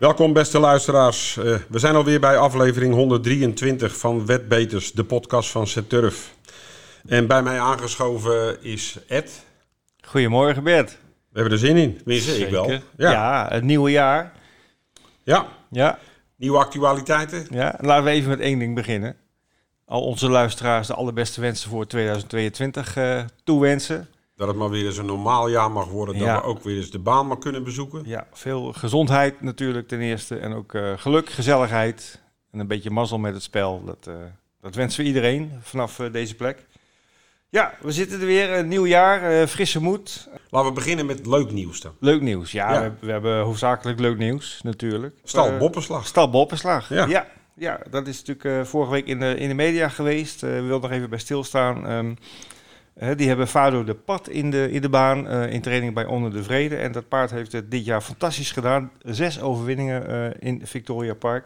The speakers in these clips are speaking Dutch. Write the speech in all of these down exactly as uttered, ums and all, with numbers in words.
Welkom beste luisteraars. Uh, we zijn alweer bij aflevering honderddrieëntwintig van Wetbeters, de podcast van Zeturf. En bij mij aangeschoven is Ed. Goedemorgen Bert. We hebben er zin in, tenminste ik wel. Ja. Ja. ja, het nieuwe jaar. Ja, Ja. nieuwe actualiteiten. Ja, laten we even met één ding beginnen. Al onze luisteraars de allerbeste wensen voor tweeduizend tweeëntwintig uh, toewensen. Dat het maar weer eens een normaal jaar mag worden, dat Ja. we ook weer eens de baan maar kunnen bezoeken. Ja, veel gezondheid natuurlijk ten eerste en ook uh, geluk, gezelligheid en een beetje mazzel met het spel. Dat, uh, dat wensen we iedereen vanaf uh, deze plek. Ja, we zitten er weer, een nieuw jaar, uh, frisse moed. Laten we beginnen met leuk nieuws dan. Leuk nieuws, ja, Ja. We, we hebben hoofdzakelijk leuk nieuws natuurlijk. Stal Uh, Boppenslag. Stal Boppenslag, Ja. ja. Ja, dat is natuurlijk uh, vorige week in de, in de media geweest. Uh, we wilden nog even bij stilstaan. Um, uh, die hebben Fado de Pad in de, in de baan, uh, in training bij Onder de Vrede. En dat paard heeft het dit jaar fantastisch gedaan. Zes overwinningen uh, in Victoria Park.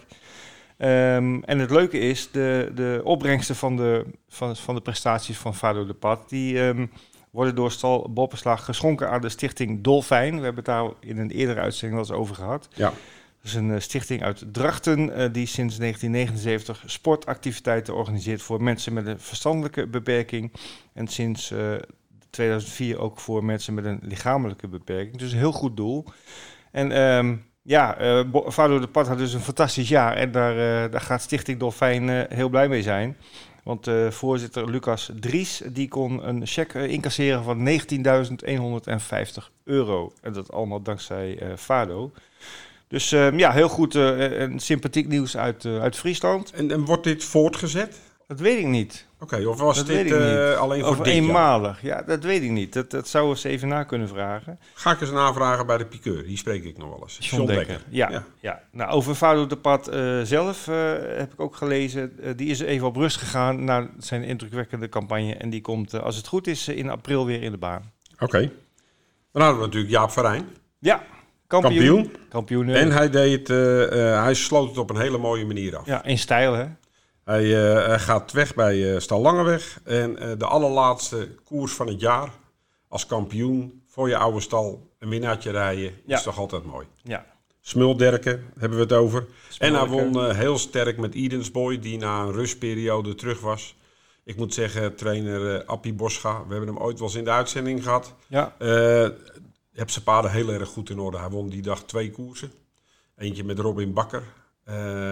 Um, en het leuke is, de, de opbrengsten van de, van, van de prestaties van Fado de Pad, die um, worden door Stal Boppenslag geschonken aan de stichting Dolfijn. We hebben het daar in een eerdere uitzending wel eens over gehad. Ja. Dat is een uh, stichting uit Drachten uh, die sinds negentien negenenzeventig sportactiviteiten organiseert voor mensen met een verstandelijke beperking. En sinds uh, tweeduizend vier ook voor mensen met een lichamelijke beperking. Dus een heel goed doel. En um, ja, uh, Bo- Fado de Pad had dus een fantastisch jaar. En daar, uh, daar gaat Stichting Dolfijn uh, heel blij mee zijn. Want uh, voorzitter Lucas Dries die kon een cheque uh, incasseren van negentienduizend eenhonderdvijftig euro. En dat allemaal dankzij uh, Fado. Dus uh, ja, heel goed uh, en sympathiek nieuws uit, uh, uit Friesland. En, en wordt dit voortgezet? Dat weet ik niet. Oké, okay, of was Dat dit weet ik uh, niet. alleen voor Of dit jaar? eenmalig. Ja, dat weet ik niet. Dat, dat zou eens even na kunnen vragen. Ga ik eens navragen bij de piqueur, die spreek ik nog wel eens. John Dekker. Ja, ja. ja. Nou, over Fado de Pad uh, zelf uh, heb ik ook gelezen. Uh, die is even op rust gegaan na zijn indrukwekkende campagne. En die komt, uh, als het goed is, uh, in april weer in de baan. Oké. Okay. Dan hadden we natuurlijk Jaap Verijn. Ja, kampioen. Kampioen. kampioen uh, En hij, deed, uh, uh, hij sloot het op een hele mooie manier af. Ja, in stijl hè. Hij uh, gaat weg bij uh, Stal Langeweg. En uh, de allerlaatste koers van het jaar als kampioen voor je oude stal een winnaartje rijden Ja. is toch altijd mooi. Ja. Smulderken hebben we het over. En hij Smulderken. won uh, heel sterk met Edensboy, die na een rustperiode terug was. Ik moet zeggen, trainer uh, Appie Boscha, we hebben hem ooit wel eens in de uitzending gehad. Ja. Uh, heb zijn paarden heel erg goed in orde. Hij won die dag twee koersen. Eentje met Robin Bakker. Uh,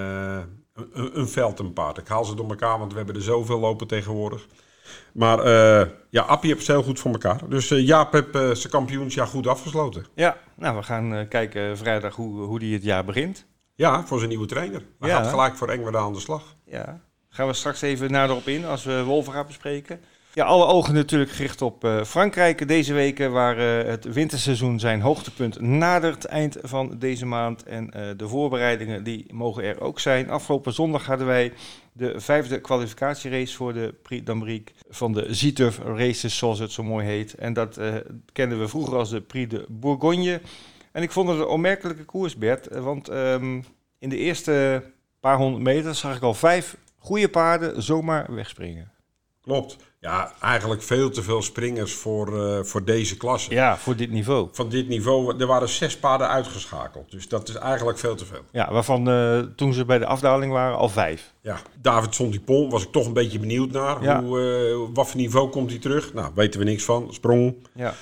een, een veldpaard. Ik haal ze door elkaar, want we hebben er zoveel lopen tegenwoordig. Maar uh, ja, Appie heeft het heel goed voor elkaar. Dus uh, Jaap heeft uh, zijn kampioensjaar goed afgesloten. Ja, nou we gaan uh, kijken vrijdag hoe, hoe die het jaar begint. Ja, voor zijn nieuwe trainer. Hij Ja. gaat gelijk voor Engwerda aan de slag. Ja, gaan we straks even nader op in als we Wolven gaan bespreken. Ja, alle ogen natuurlijk gericht op uh, Frankrijk deze weken, waar uh, het winterseizoen zijn hoogtepunt nadert eind van deze maand. En uh, de voorbereidingen die mogen er ook zijn. Afgelopen zondag hadden wij de vijfde kwalificatierace voor de Prix d'Amérique van de Z-Turf Races, zoals het zo mooi heet. En dat uh, kenden we vroeger als de Prix de Bourgogne. En ik vond het een onmerkelijke koers, Bert, want um, in de eerste paar honderd meter zag ik al vijf goede paarden zomaar wegspringen. Klopt. Ja, eigenlijk veel te veel springers voor, uh, voor deze klasse. Ja, voor dit niveau. Van dit niveau, er waren zes paarden uitgeschakeld. Dus dat is eigenlijk veel te veel. Ja, waarvan uh, toen ze bij de afdaling waren al vijf. Ja, David Sontipon was ik toch een beetje benieuwd naar. Ja. Hoe, uh, wat voor niveau komt hij terug? Nou, weten we niks van. Sprong. Ja.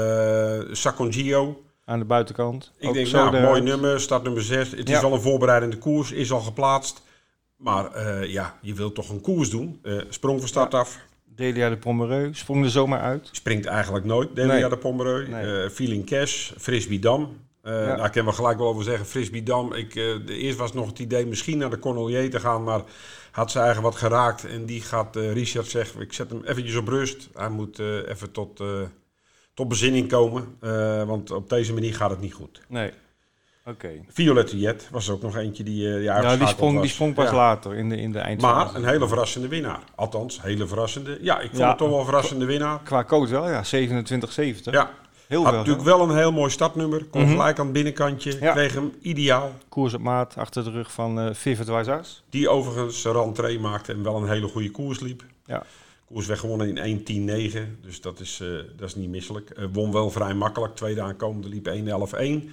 Uh, Sakongio. Aan de buitenkant. Ik Ook denk, zo nou, de... mooi nummer, start nummer zes. Het Ja. is al een voorbereidende koers, is al geplaatst. Maar uh, ja, je wilt toch een koers doen. Uh, sprong van start Ja. af. Delia de Pomereux sprong er zomaar uit. Springt eigenlijk nooit, Delia Nee. de Pomereux. Nee. Uh, Feeling Cash, Frisbee Dam. Uh, Ja. Nou, ik kan wel gelijk wel over zeggen, Frisbee Dam. Ik, uh, de, eerst was nog het idee misschien naar de Cornelier te gaan, maar had ze eigen wat geraakt. En die gaat, uh, Richard zegt, ik zet hem eventjes op rust. Hij moet uh, even tot, uh, tot bezinning komen, uh, want op deze manier gaat het niet goed. Nee. Oké. Okay. Violette Jet was ook nog eentje die uh, ja, Ja, die sprong, was. die sprong pas Ja. later in de, in de eindfase. Maar een hele verrassende winnaar. Althans, hele verrassende. Ja, ik vond Ja. het toch wel een verrassende winnaar. Qua code wel, ja. zevenentwintig zeventig. Ja. Heel Had veel. natuurlijk wel een heel mooi startnummer. Kon Mhm. gelijk aan het binnenkantje. Ja. Kreeg hem ideaal. Koers op maat achter de rug van uh, Vivet Wazas. Die overigens een rentree maakte en wel een hele goede koers liep. Ja. Koers werd gewonnen in één tien negen. Dus dat is, uh, dat is niet misselijk. Uh, won wel vrij makkelijk. Tweede aankomende liep één elf één.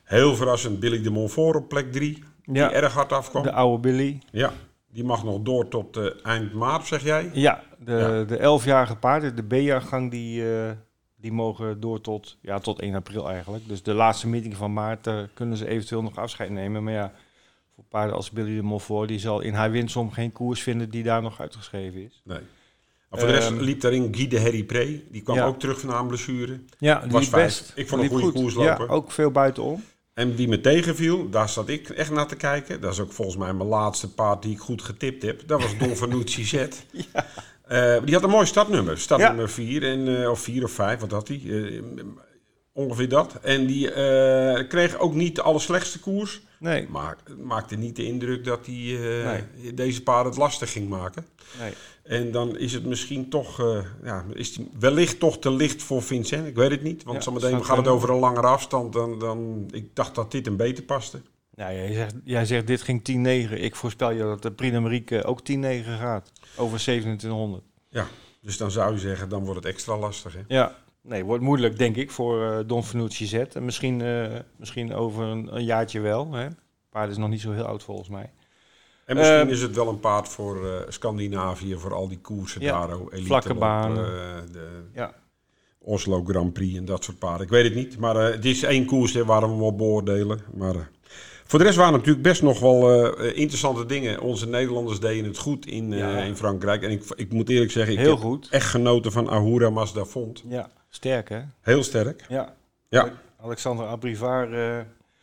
Heel verrassend Billy de Montfort op plek drie. Die Ja. erg hard afkwam. De oude Billy. Ja, die mag nog door tot uh, eind maart, zeg jij? Ja, de, Ja. de elfjarige paarden, de B-jaargang, die, uh, die mogen door tot, ja, tot één april eigenlijk. Dus de laatste meeting van maart uh, kunnen ze eventueel nog afscheid nemen. Maar ja, voor paarden als Billy de Montfort, die zal in haar winsom geen koers vinden die daar nog uitgeschreven is. Nee. Maar voor de rest Um, liep daarin Guy de Herrie-Pré. Die kwam ja. ook terug van een blessure. Ja, die Was liep fijn. best. Ik vond Die een liep goede goed. koers lopen. Ja, ook veel buitenom. En wie me tegenviel, daar zat ik echt naar te kijken. Dat is ook volgens mij mijn laatste paard die ik goed getipt heb. Dat was Don Fanucci Z. Ja. Uh, die had een mooi startnummer. Startnummer vier, en, uh, of vier of vijf, wat had hij? Uh, ongeveer dat. En die uh, kreeg ook niet de allerslechtste koers. Nee. Maar het maakte niet de indruk dat hij uh, Nee. deze paarden het lastig ging maken. Nee. En dan is het misschien toch, uh, ja, is die wellicht toch te licht voor Vincent. Ik weet het niet, want Ja, zometeen zou gaat het kunnen. over een langere afstand. Dan, dan, ik dacht dat dit een beter paste. Ja, jij zegt, jij zegt dit ging tien negen. Ik voorspel je dat de Prix d'Amérique ook tien negen gaat. Over zevenentwintighonderd. Ja, dus dan zou je zeggen, dan wordt het extra lastig. Hè? Ja, nee, wordt moeilijk denk ik voor uh, Don Fanucci Z. En misschien, uh, misschien over een, een jaartje wel. Hè? Paard is nog niet zo heel oud volgens mij. En misschien Uh, is het wel een paard voor uh, Scandinavië, voor al die koersen Ja, daar. Elite vlakke loop, banen. Uh, de Ja. Oslo Grand Prix en dat soort paarden. Ik weet het niet, maar uh, het is één koers hè, waar we hem op beoordelen. Maar uh, voor de rest waren natuurlijk best nog wel uh, interessante dingen. Onze Nederlanders deden het goed in, uh, Ja. in Frankrijk. En ik, ik moet eerlijk zeggen, ik Heel heb goed. echt genoten van Ahura Mazda Font. Ja, sterk hè? Heel sterk. Ja. Ja. Alexandre Abrivard uh,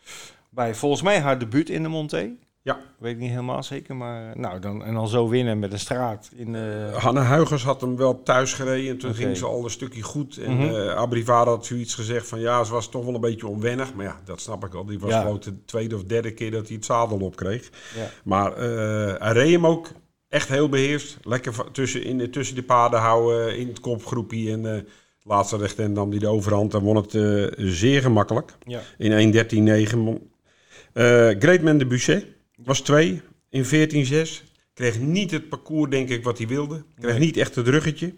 bij volgens mij haar debuut in de Monté. Ja. Weet ik niet helemaal zeker, maar nou, dan, en dan zo winnen met een straat. In, uh... Hanne Huigers had hem wel thuis gereden en toen Okay. ging ze al een stukje goed. En Mm-hmm. uh, Abrivard had zoiets gezegd van ja, ze was toch wel een beetje onwennig. Maar ja, dat snap ik al. Die was Ja. gewoon de tweede of derde keer dat hij het zadel opkreeg. Ja. Maar uh, hij reed hem ook echt heel beheerst. Lekker va- tussen, in, tussen de paarden houden in het kopgroepje. En uh, laatste recht en nam hij de overhand. Dan won het uh, zeer gemakkelijk. Ja. In één dertien negen. Uh, Greatman de Busset was twee in veertien zes. Kreeg niet het parcours, denk ik, wat hij wilde. Kreeg Nee. niet echt het ruggetje.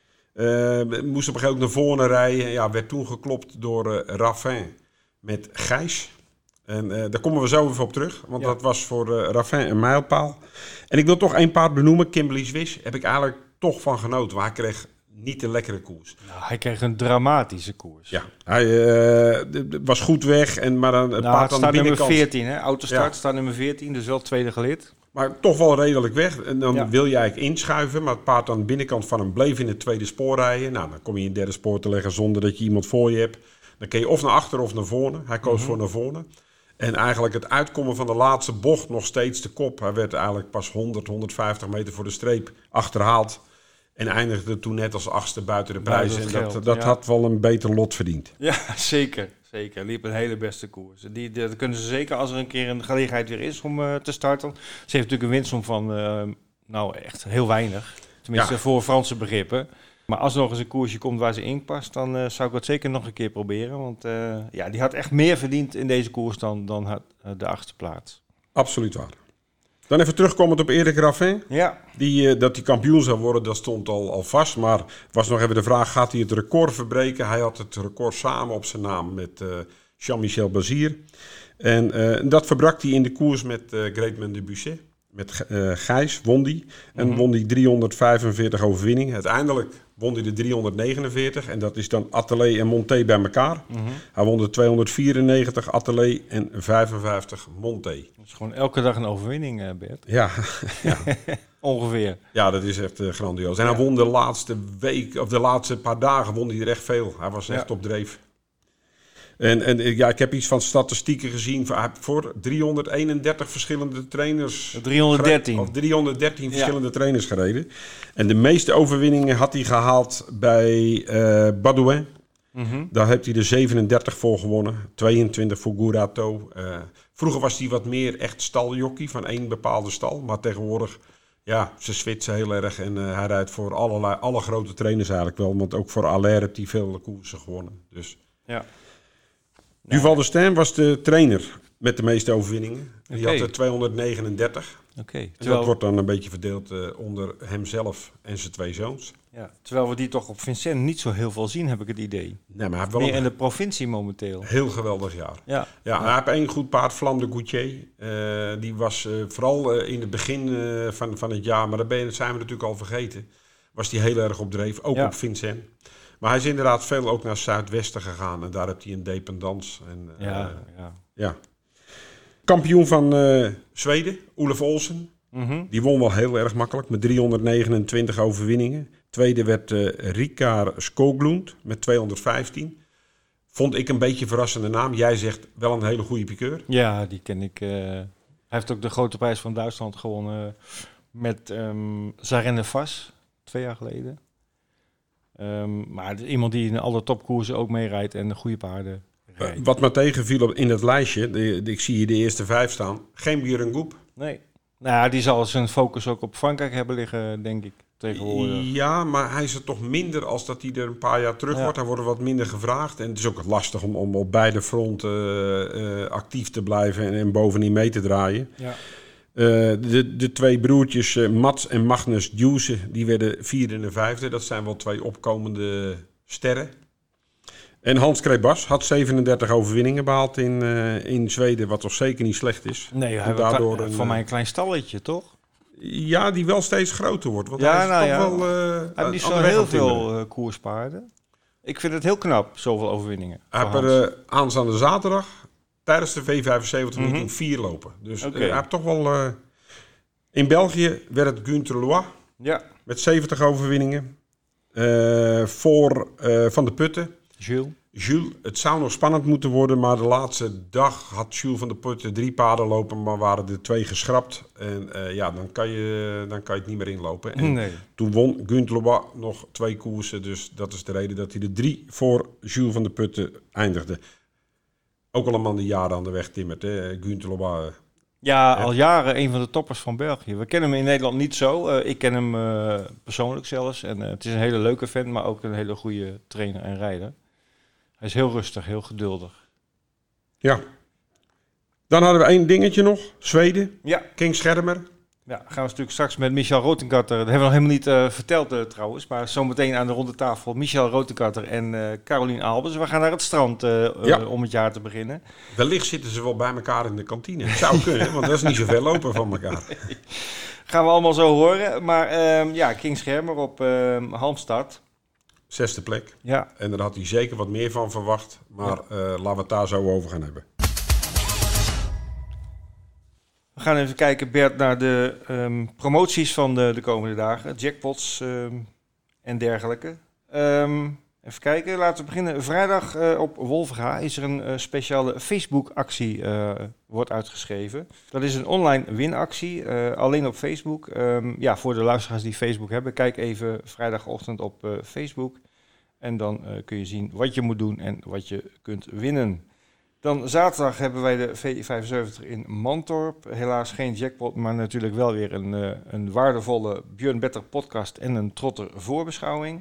Uh, moest op een gegeven moment naar voren rijden. Ja, werd toen geklopt door uh, Raffin met Gijs. En uh, daar komen we zo even op terug. Want Ja. dat was voor uh, Raffin een mijlpaal. En ik wil toch één paard benoemen. Kimberly Swiss. Heb ik eigenlijk toch van genoten. Maar hij kreeg niet de lekkere koers. Nou, hij kreeg een dramatische koers. Ja, hij uh, d- d- was goed weg. En, maar dan, het Nou, paard het aan de staat nummer binnenkant... veertien, hè? Autostart Ja. staat nummer veertien, dus wel tweede gelid. Maar toch wel redelijk weg. En dan Ja. wil je eigenlijk inschuiven. Maar het paard aan de binnenkant van hem bleef in het tweede spoor rijden. Nou, dan kom je in het derde spoor te leggen zonder dat je iemand voor je hebt. Dan kun je of naar achter of naar voren. Hij koos Mm-hmm. voor naar voren. En eigenlijk het uitkomen van de laatste bocht nog steeds de kop. Hij werd eigenlijk pas honderd, honderdvijftig meter voor de streep achterhaald. En eindigde toen net als achtste buiten de prijs. Buiten En het dat, geld, dat ja. had wel een beter lot verdiend. Ja, zeker. Zeker. Liep een hele beste koers. Die, die, dat kunnen ze zeker als er een keer een gelegenheid weer is om uh, te starten. Ze heeft natuurlijk een winstsom van, uh, nou echt heel weinig. Tenminste Ja. voor Franse begrippen. Maar als er nog eens een koersje komt waar ze in past, dan uh, zou ik het zeker nog een keer proberen. Want uh, ja, die had echt meer verdiend in deze koers dan, dan had, uh, de achtste plaats. Absoluut waar. Dan even terugkomend op Erik Raffin. Ja. Die, uh, dat hij kampioen zou worden, dat stond al, al vast. Maar was nog even de vraag, gaat hij het record verbreken? Hij had het record samen op zijn naam met uh, Jean-Michel Bazir. En uh, dat verbrak hij in de koers met uh, Greatman de Busset. Met uh, Gijs won die. En Mm-hmm. won die driehonderdvijfenveertig overwinningen. Uiteindelijk won hij de driehonderdnegenenveertig. En dat is dan Attelé en Monté bij elkaar. Mm-hmm. Hij won de tweehonderdvierennegentig Attelé en vijfenvijftig Monté. Dat is gewoon elke dag een overwinning, uh, Bert. Ja, ja. Ongeveer. Ja, dat is echt uh, grandioos. En Ja. hij won de laatste week, of de laatste paar dagen, won hij er echt veel. Hij was echt Ja. op dreef. En, en ja, ik heb iets van statistieken gezien voor, hij heeft voor driehonderdeenendertig verschillende trainers. driehonderddertien. gere- Of driehonderddertien Ja. verschillende trainers gereden. En de meeste overwinningen had hij gehaald bij uh, Badouin. Mm-hmm. Daar heeft hij er zevenendertig voor gewonnen. tweeëntwintig voor Gurato. Uh, vroeger was hij wat meer echt staljockey van één bepaalde stal. Maar tegenwoordig, ja, ze switchen heel erg. En uh, hij rijdt voor allerlei, alle grote trainers eigenlijk wel. Want ook voor Allaire heeft hij veel koersen gewonnen. Dus. Ja. Duval de Stem was de trainer met de meeste overwinningen. Die Oké. had er tweehonderdnegenendertig. Okay, En terwijl... dat wordt dan een beetje verdeeld uh, onder hemzelf en zijn twee zoons. Ja, terwijl we die toch op Vincennes niet zo heel veel zien, heb ik het idee. Nee, maar hij heeft wel meer een in de provincie momenteel. Heel geweldig jaar. Ja, ja, ja. Hij heeft één goed paard, Flam de Goutier. Uh, die was uh, vooral uh, in het begin uh, van, van het jaar, maar dat, ben je, dat zijn we natuurlijk al vergeten, was hij heel erg op dreef, ook ja. op Vincennes. Maar hij is inderdaad veel ook naar Zuidwesten gegaan en daar heeft hij een dependance. En, uh, ja, ja. ja. Kampioen van uh, Zweden, Olof Olsen. Mm-hmm. Die won wel heel erg makkelijk met driehonderdnegenentwintig overwinningen. Tweede werd uh, Rikard Skoglund met tweehonderdvijftien. Vond ik een beetje een verrassende naam. Jij zegt wel een hele goede piqueur. Ja, die ken ik. Uh, hij heeft ook de grote prijs van Duitsland gewonnen met um, Zarenne Vos, twee jaar geleden. Um, maar iemand die in alle topkoersen ook meerijdt en de goede paarden rijdt. Uh, wat me tegenviel in het lijstje, de, de, ik zie hier de eerste vijf staan, geen Björn Goep. Nee. Nou ja, die zal zijn focus ook op Frankrijk hebben liggen, denk ik, tegenwoordig. Ja, maar hij is er toch minder als dat hij er een paar jaar terug ja. wordt. Hij wordt er wat minder gevraagd. En het is ook lastig om, om op beide fronten uh, uh, actief te blijven en, en bovenin mee te draaien. Ja. Uh, de, de twee broertjes uh, Mats en Magnus Djuse, die werden vierde en vijfde. Dat zijn wel twee opkomende sterren. En Hans Krebas had zevenendertig overwinningen behaald in, uh, in Zweden, wat toch zeker niet slecht is. Nee, hij daardoor kle- een, voor mij een klein stalletje, toch? Ja, die wel steeds groter wordt. Want ja, hij is nou toch ja. wel, uh, hij heeft niet zo heel veel uh, koerspaarden. Ik vind het heel knap, zoveel overwinningen. Hij heeft er uh, aanstaande zaterdag tijdens de V vijfenzeventig mm-hmm. meeting vier lopen. Dus okay. uh, hij heeft toch wel... Uh, in België werd het Gunther Lois ja. met zeventig overwinningen. Uh, voor uh, Van de Putten. Jules. Jules, het zou nog spannend moeten worden, maar de laatste dag had Jules van der Putten drie paarden lopen, maar waren er twee geschrapt. En uh, ja, dan kan, je, dan kan je het niet meer inlopen. En nee. Toen won Gunther Lois nog twee koersen, dus dat is de reden dat hij de drie voor Jules van der Putten eindigde. Ook al een man die jaren aan de weg timmert, hè? Gunther Lois. Ja, al jaren een van de toppers van België. We kennen hem in Nederland niet zo. Uh, ik ken hem uh, persoonlijk zelfs. En uh, het is een hele leuke vent, maar ook een hele goede trainer en rijder. Hij is heel rustig, heel geduldig. Ja. Dan hadden we één dingetje nog. Zweden. Ja. King Schermer. Ja, gaan we natuurlijk straks met Michel Rotengatter. Dat hebben we nog helemaal niet uh, verteld uh, trouwens. Maar zometeen aan de ronde tafel Michel Rotengatter en uh, Caroline Albers. We gaan naar het strand uh, ja. uh, om het jaar te beginnen. Wellicht zitten ze wel bij elkaar in de kantine. Het zou kunnen, want dat is niet zoveel lopen van elkaar. Nee. Gaan we allemaal zo horen. Maar um, ja, King Schermer op um, Halmstad. Zesde plek. Ja. En daar had hij zeker wat meer van verwacht. Maar ja. uh, laten we het daar zo over gaan hebben. We gaan even kijken, Bert, naar de um, promoties van de, de komende dagen. Jackpots um, en dergelijke. Um, even kijken, laten we beginnen. Vrijdag uh, op Wolverga is er een uh, speciale Facebook-actie uh, wordt uitgeschreven. Dat is een online winactie, uh, alleen op Facebook. Um, ja, voor de luisteraars die Facebook hebben, kijk even vrijdagochtend op uh, Facebook. En dan uh, kun je zien wat je moet doen en wat je kunt winnen. Dan zaterdag hebben wij de V vijfenzeventig in Mantorp. Helaas geen jackpot, maar natuurlijk wel weer een, uh, een waardevolle Björn Better podcast en een trotter voorbeschouwing.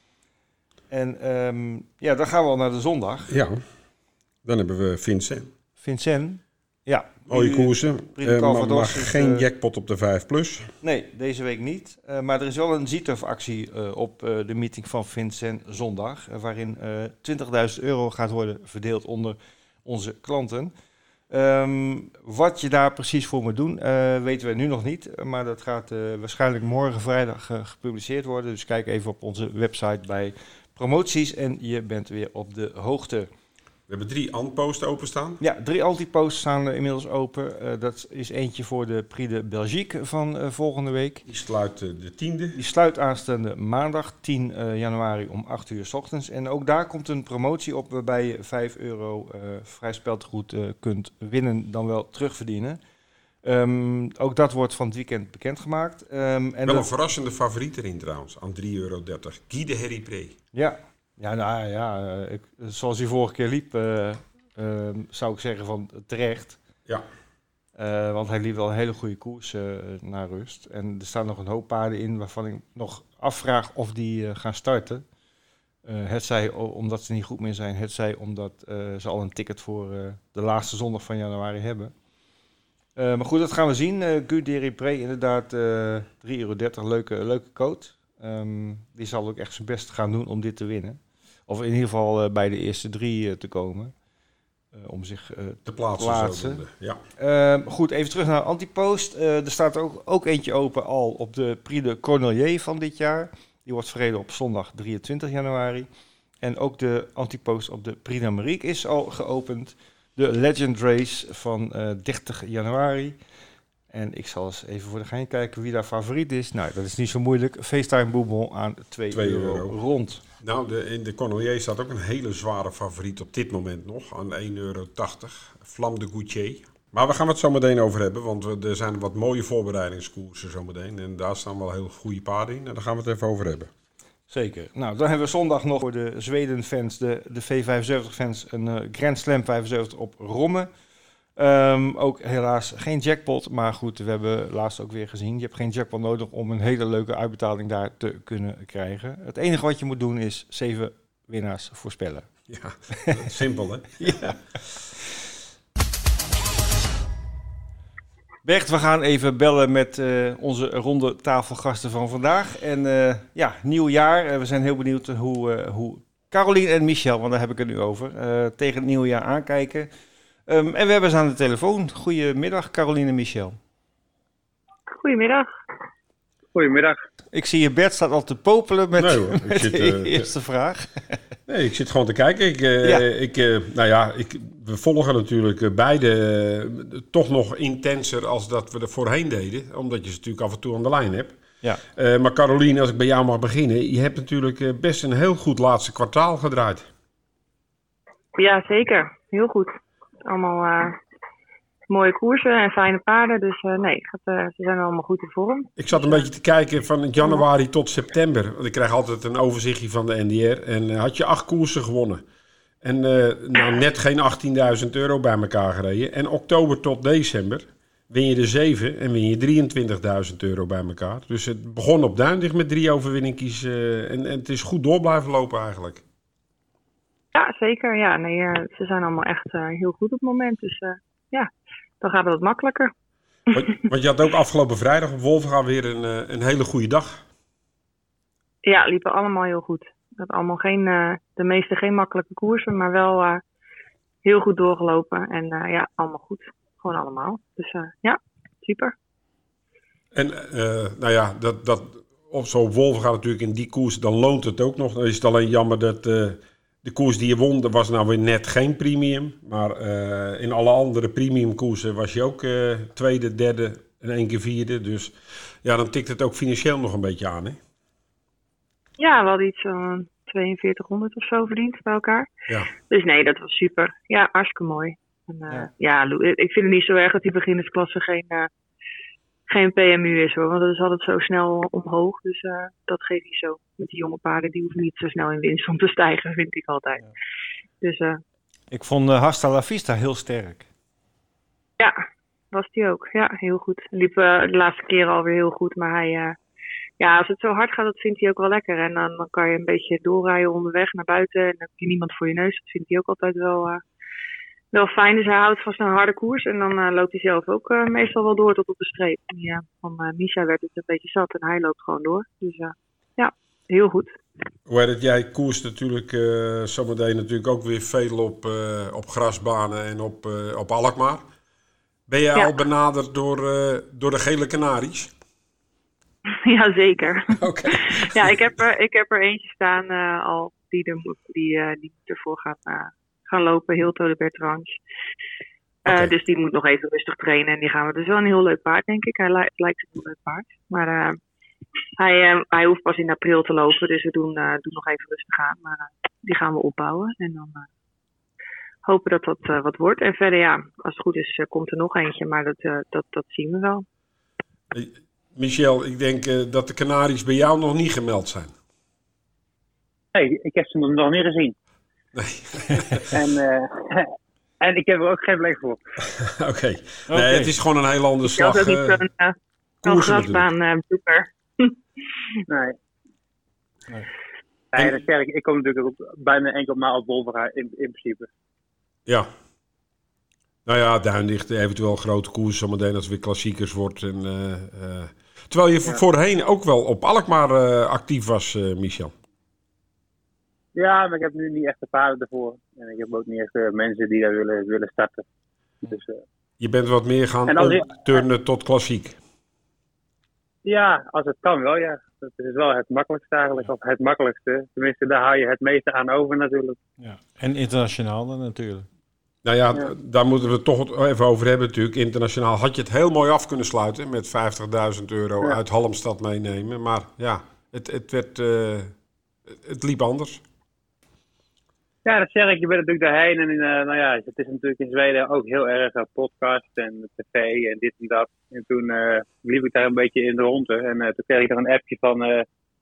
En um, ja, dan gaan we al naar de zondag. Ja, dan hebben we Vincennes. Vincennes, ja. Mooie koersen, uh, maar, maar geen uh, jackpot op de vijf plus. Nee, deze week niet. Uh, maar er is wel een Z-Turf-actie uh, op uh, de meeting van Vincennes zondag. Uh, waarin uh, twintigduizend euro gaat worden verdeeld onder onze klanten. Um, wat je daar precies voor moet doen, uh, weten we nu nog niet. Maar dat gaat uh, waarschijnlijk morgen vrijdag uh, gepubliceerd worden. Dus kijk even op onze website bij promoties en je bent weer op de hoogte. We hebben drie Anposts openstaan. Ja, drie antiposts staan inmiddels open. Uh, dat is eentje voor de Prix de Belgique van uh, volgende week. Die sluit uh, de tiende. Die sluit aanstaande maandag tien januari om acht uur 's ochtends. En ook daar komt een promotie op waarbij je vijf euro uh, vrij speltegoed uh, kunt winnen, dan wel terugverdienen. Um, ook dat wordt van het weekend bekendgemaakt. Um, en wel de... een verrassende favoriet erin trouwens, aan drie euro dertig. Guy de Heripré. Ja. Ja, nou ja, ik, zoals hij vorige keer liep, uh, uh, zou ik zeggen van terecht. Ja. Uh, want hij liep wel een hele goede koers uh, naar rust. En er staan nog een hoop paarden in waarvan ik nog afvraag of die uh, gaan starten. Uh, het zij omdat ze niet goed meer zijn, het zij omdat uh, ze al een ticket voor uh, de laatste zondag van januari hebben. Uh, maar goed, dat gaan we zien. Uh, Guderi Pre, inderdaad, uh, drie euro dertig, leuke, leuke coat. Um, die zal ook echt zijn best gaan doen om dit te winnen. Of in ieder geval uh, bij de eerste drie uh, te komen. Uh, om zich uh, te plaatsen. plaatsen. Ja. Uh, goed, even terug naar Antipost. Uh, er staat ook, ook eentje open al op de Prix de Cornelier van dit jaar. Die wordt verreden op zondag drieëntwintig januari. En ook de Antipost op de Prix d'Amérique is al geopend. De Legend Race van uh, dertig januari. En ik zal eens even voor de gein kijken wie daar favoriet is. Nou, dat is niet zo moeilijk. FaceTime Bourbon aan twee euro rond. Nou, de, in de Cornelier staat ook een hele zware favoriet op dit moment nog. Aan één euro tachtig. Flamme de Goutier. Maar we gaan het zo meteen over hebben. Want we, er zijn wat mooie voorbereidingskoersen zo meteen. En daar staan wel heel goede paarden in. En daar gaan we het even over hebben. Zeker. Nou, dan hebben we zondag nog voor de Zweden-fans, de, de V vijfenzeventig-fans, een uh, Grand Slam vijfenzeventig op Romme. Um, ook helaas geen jackpot, maar goed, we hebben laatst ook weer gezien. Je hebt geen jackpot nodig om een hele leuke uitbetaling daar te kunnen krijgen. Het enige wat je moet doen is zeven winnaars voorspellen. Ja, simpel hè? Ja. Bert, we gaan even bellen met uh, onze ronde tafelgasten van vandaag. En uh, ja, nieuw jaar. Uh, we zijn heel benieuwd hoe, uh, hoe Caroline en Michel, want daar heb ik het nu over, uh, tegen het nieuwe jaar aankijken. Um, en we hebben ze aan de telefoon. Goedemiddag, Caroline en Michel. Goedemiddag. Goedemiddag. Ik zie je, Bert staat al te popelen met, nee, hoor, ik met zit, de uh, eerste vraag. Nee, ik zit gewoon te kijken. Ik, uh, ja. ik, uh, nou ja, ik, we volgen natuurlijk uh, beide uh, toch nog intenser als dat we er voorheen deden. Omdat je ze natuurlijk af en toe aan de lijn hebt. Ja. Uh, maar Caroline, als ik bij jou mag beginnen. Je hebt natuurlijk uh, best een heel goed laatste kwartaal gedraaid. Ja, zeker. Heel goed. Allemaal uh, mooie koersen en fijne paarden. Dus uh, nee, gaat, uh, ze zijn allemaal goed in vorm. Ik zat een beetje te kijken van januari tot september. Want ik krijg altijd een overzichtje van de N D R. En uh, had je acht koersen gewonnen. En uh, nou, net geen achttienduizend euro bij elkaar gereden. En oktober tot december win je er zeven en win je drieëntwintigduizend euro bij elkaar. Dus het begon op Duindig met drie overwinningjes. Uh, en, en het is goed door blijven lopen eigenlijk. Ja, zeker. Ja, nee, uh, ze zijn allemaal echt uh, heel goed op het moment. Dus uh, ja, dan gaat het wat makkelijker. Want, want je had ook afgelopen vrijdag op Wolvenga weer een, uh, een hele goede dag. Ja, liepen allemaal heel goed. Dat allemaal geen, uh, de meeste geen makkelijke koersen, maar wel uh, heel goed doorgelopen. En uh, ja, allemaal goed. Gewoon allemaal. Dus uh, ja, super. En uh, nou ja, dat, dat, op zo'n Wolvenga natuurlijk in die koers, dan loont het ook nog. Dan is het alleen jammer dat... Uh, De koers die je won, dat was nou weer net geen premium. Maar uh, in alle andere premium koersen was je ook uh, tweede, derde en één keer vierde. Dus ja, dan tikt het ook financieel nog een beetje aan, hè? Ja, we hadden iets van tweeënveertighonderd of zo verdiend bij elkaar. Ja. Dus nee, dat was super. Ja, hartstikke mooi. En, uh, ja. ja, ik vind het niet zo erg dat die beginnersklasse geen, uh, geen P M U is, hoor. Want dat is altijd zo snel omhoog. Dus uh, dat geeft niet zo. Met die jonge paarden, die hoeven niet zo snel in winst om te stijgen, vind ik altijd. Ja. Dus, uh, ik vond uh, Hasta La Vista heel sterk. Ja, was die ook. Ja, heel goed. Liep uh, de laatste keren alweer heel goed. Maar hij, uh, ja, als het zo hard gaat, dat vindt hij ook wel lekker. En dan, dan kan je een beetje doorrijden onderweg naar buiten. En dan heb je niemand voor je neus. Dat vindt hij ook altijd wel, uh, wel fijn. Dus hij houdt vast een harde koers. En dan uh, loopt hij zelf ook uh, meestal wel door tot op de streep. En ja, van uh, Misha werd het een beetje zat en hij loopt gewoon door. Dus uh, ja. Heel goed. Hoe heet het? Jij koerst natuurlijk uh, zometeen natuurlijk ook weer veel op, uh, op grasbanen en op, uh, op Alkmaar. Ben jij ja. al benaderd door, uh, door de Gele Canaries? Jazeker. Okay. Ja, ik heb, er, ik heb er eentje staan uh, al die, er, die, uh, die ervoor gaat uh, gaan lopen. Hilto de Bertrange. Uh, okay. Dus die moet nog even rustig trainen. En die gaan we. Dus wel een heel leuk paard, denk ik. Hij li- lijkt een heel leuk paard. Maar... Uh, Hij, uh, hij hoeft pas in april te lopen, dus we doen, uh, doen nog even rustig aan. Maar uh, die gaan we opbouwen en dan uh, hopen dat dat uh, wat wordt. En verder, ja, als het goed is, uh, komt er nog eentje, maar dat, uh, dat, dat zien we wel. Hey, Michel, ik denk uh, dat de Canaries bij jou nog niet gemeld zijn. Nee, ik heb ze nog niet gezien. Nee. en, uh, en ik heb er ook geen blik voor. Oké, okay. nee, okay. Het is gewoon een heel andere slag. Ik uh, niet zo'n... Uh, Een grasbaanbezoeker. Uh, nee. Nee, nee dat zeg ik. Ik kom natuurlijk ook bijna enkel maar op Wolvenga in, in principe. Ja. Nou ja, Duinlicht, eventueel grote koers, zometeen als het weer klassiekers wordt. En, uh, uh, terwijl je ja. voorheen ook wel op Alkmaar uh, actief was, uh, Michel. Ja, maar ik heb nu niet echt de paarden ervoor. En ik heb ook niet echt uh, mensen die daar willen, willen starten. Dus, uh, je bent wat meer gaan omturnen tot klassiek. Ja, als het kan wel, ja. Dat is wel het makkelijkste eigenlijk, of het makkelijkste. Tenminste, daar hou je het meeste aan over natuurlijk. Ja. En internationaal dan natuurlijk. Nou ja, ja, daar moeten we het toch even over hebben natuurlijk. Internationaal had je het heel mooi af kunnen sluiten met vijftigduizend euro ja. uit Halmstad meenemen. Maar ja, het, het, werd, uh, het liep anders. Ja, dat zeg ik. Je bent natuurlijk daarheen. En uh, nou ja, het is natuurlijk in Zweden ook heel erg uh, podcast en tv en dit en dat. En toen uh, liep ik daar een beetje in de ronde. En uh, toen kreeg ik er een appje van uh,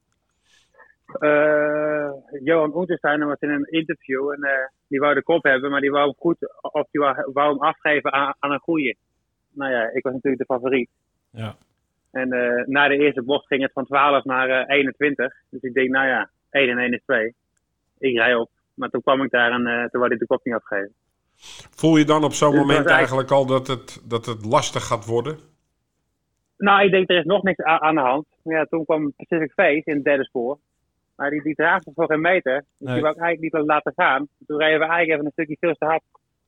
uh, Johan Untersteiner was in een interview. En uh, die wou de kop hebben, maar die wou hem goed, of die wou, wou hem afgeven aan, aan een goeie. Nou ja, ik was natuurlijk de favoriet. Ja. En uh, na de eerste bocht ging het van twaalf naar uh, eenentwintig. Dus ik denk, nou ja, één en één is twee. Ik rij op. Maar toen kwam ik daar en uh, toen wou hij de kop niet afgeven. Voel je dan op zo'n dus moment eigenlijk al dat het, dat het lastig gaat worden? Nou, ik denk er is nog niks a- aan de hand. Ja, toen kwam Pacific Face in het derde spoor. Maar die, die draagde voor geen meter. Dus nee. Die wou ik eigenlijk niet laten gaan. Toen reden we eigenlijk even een stukje veel te hard.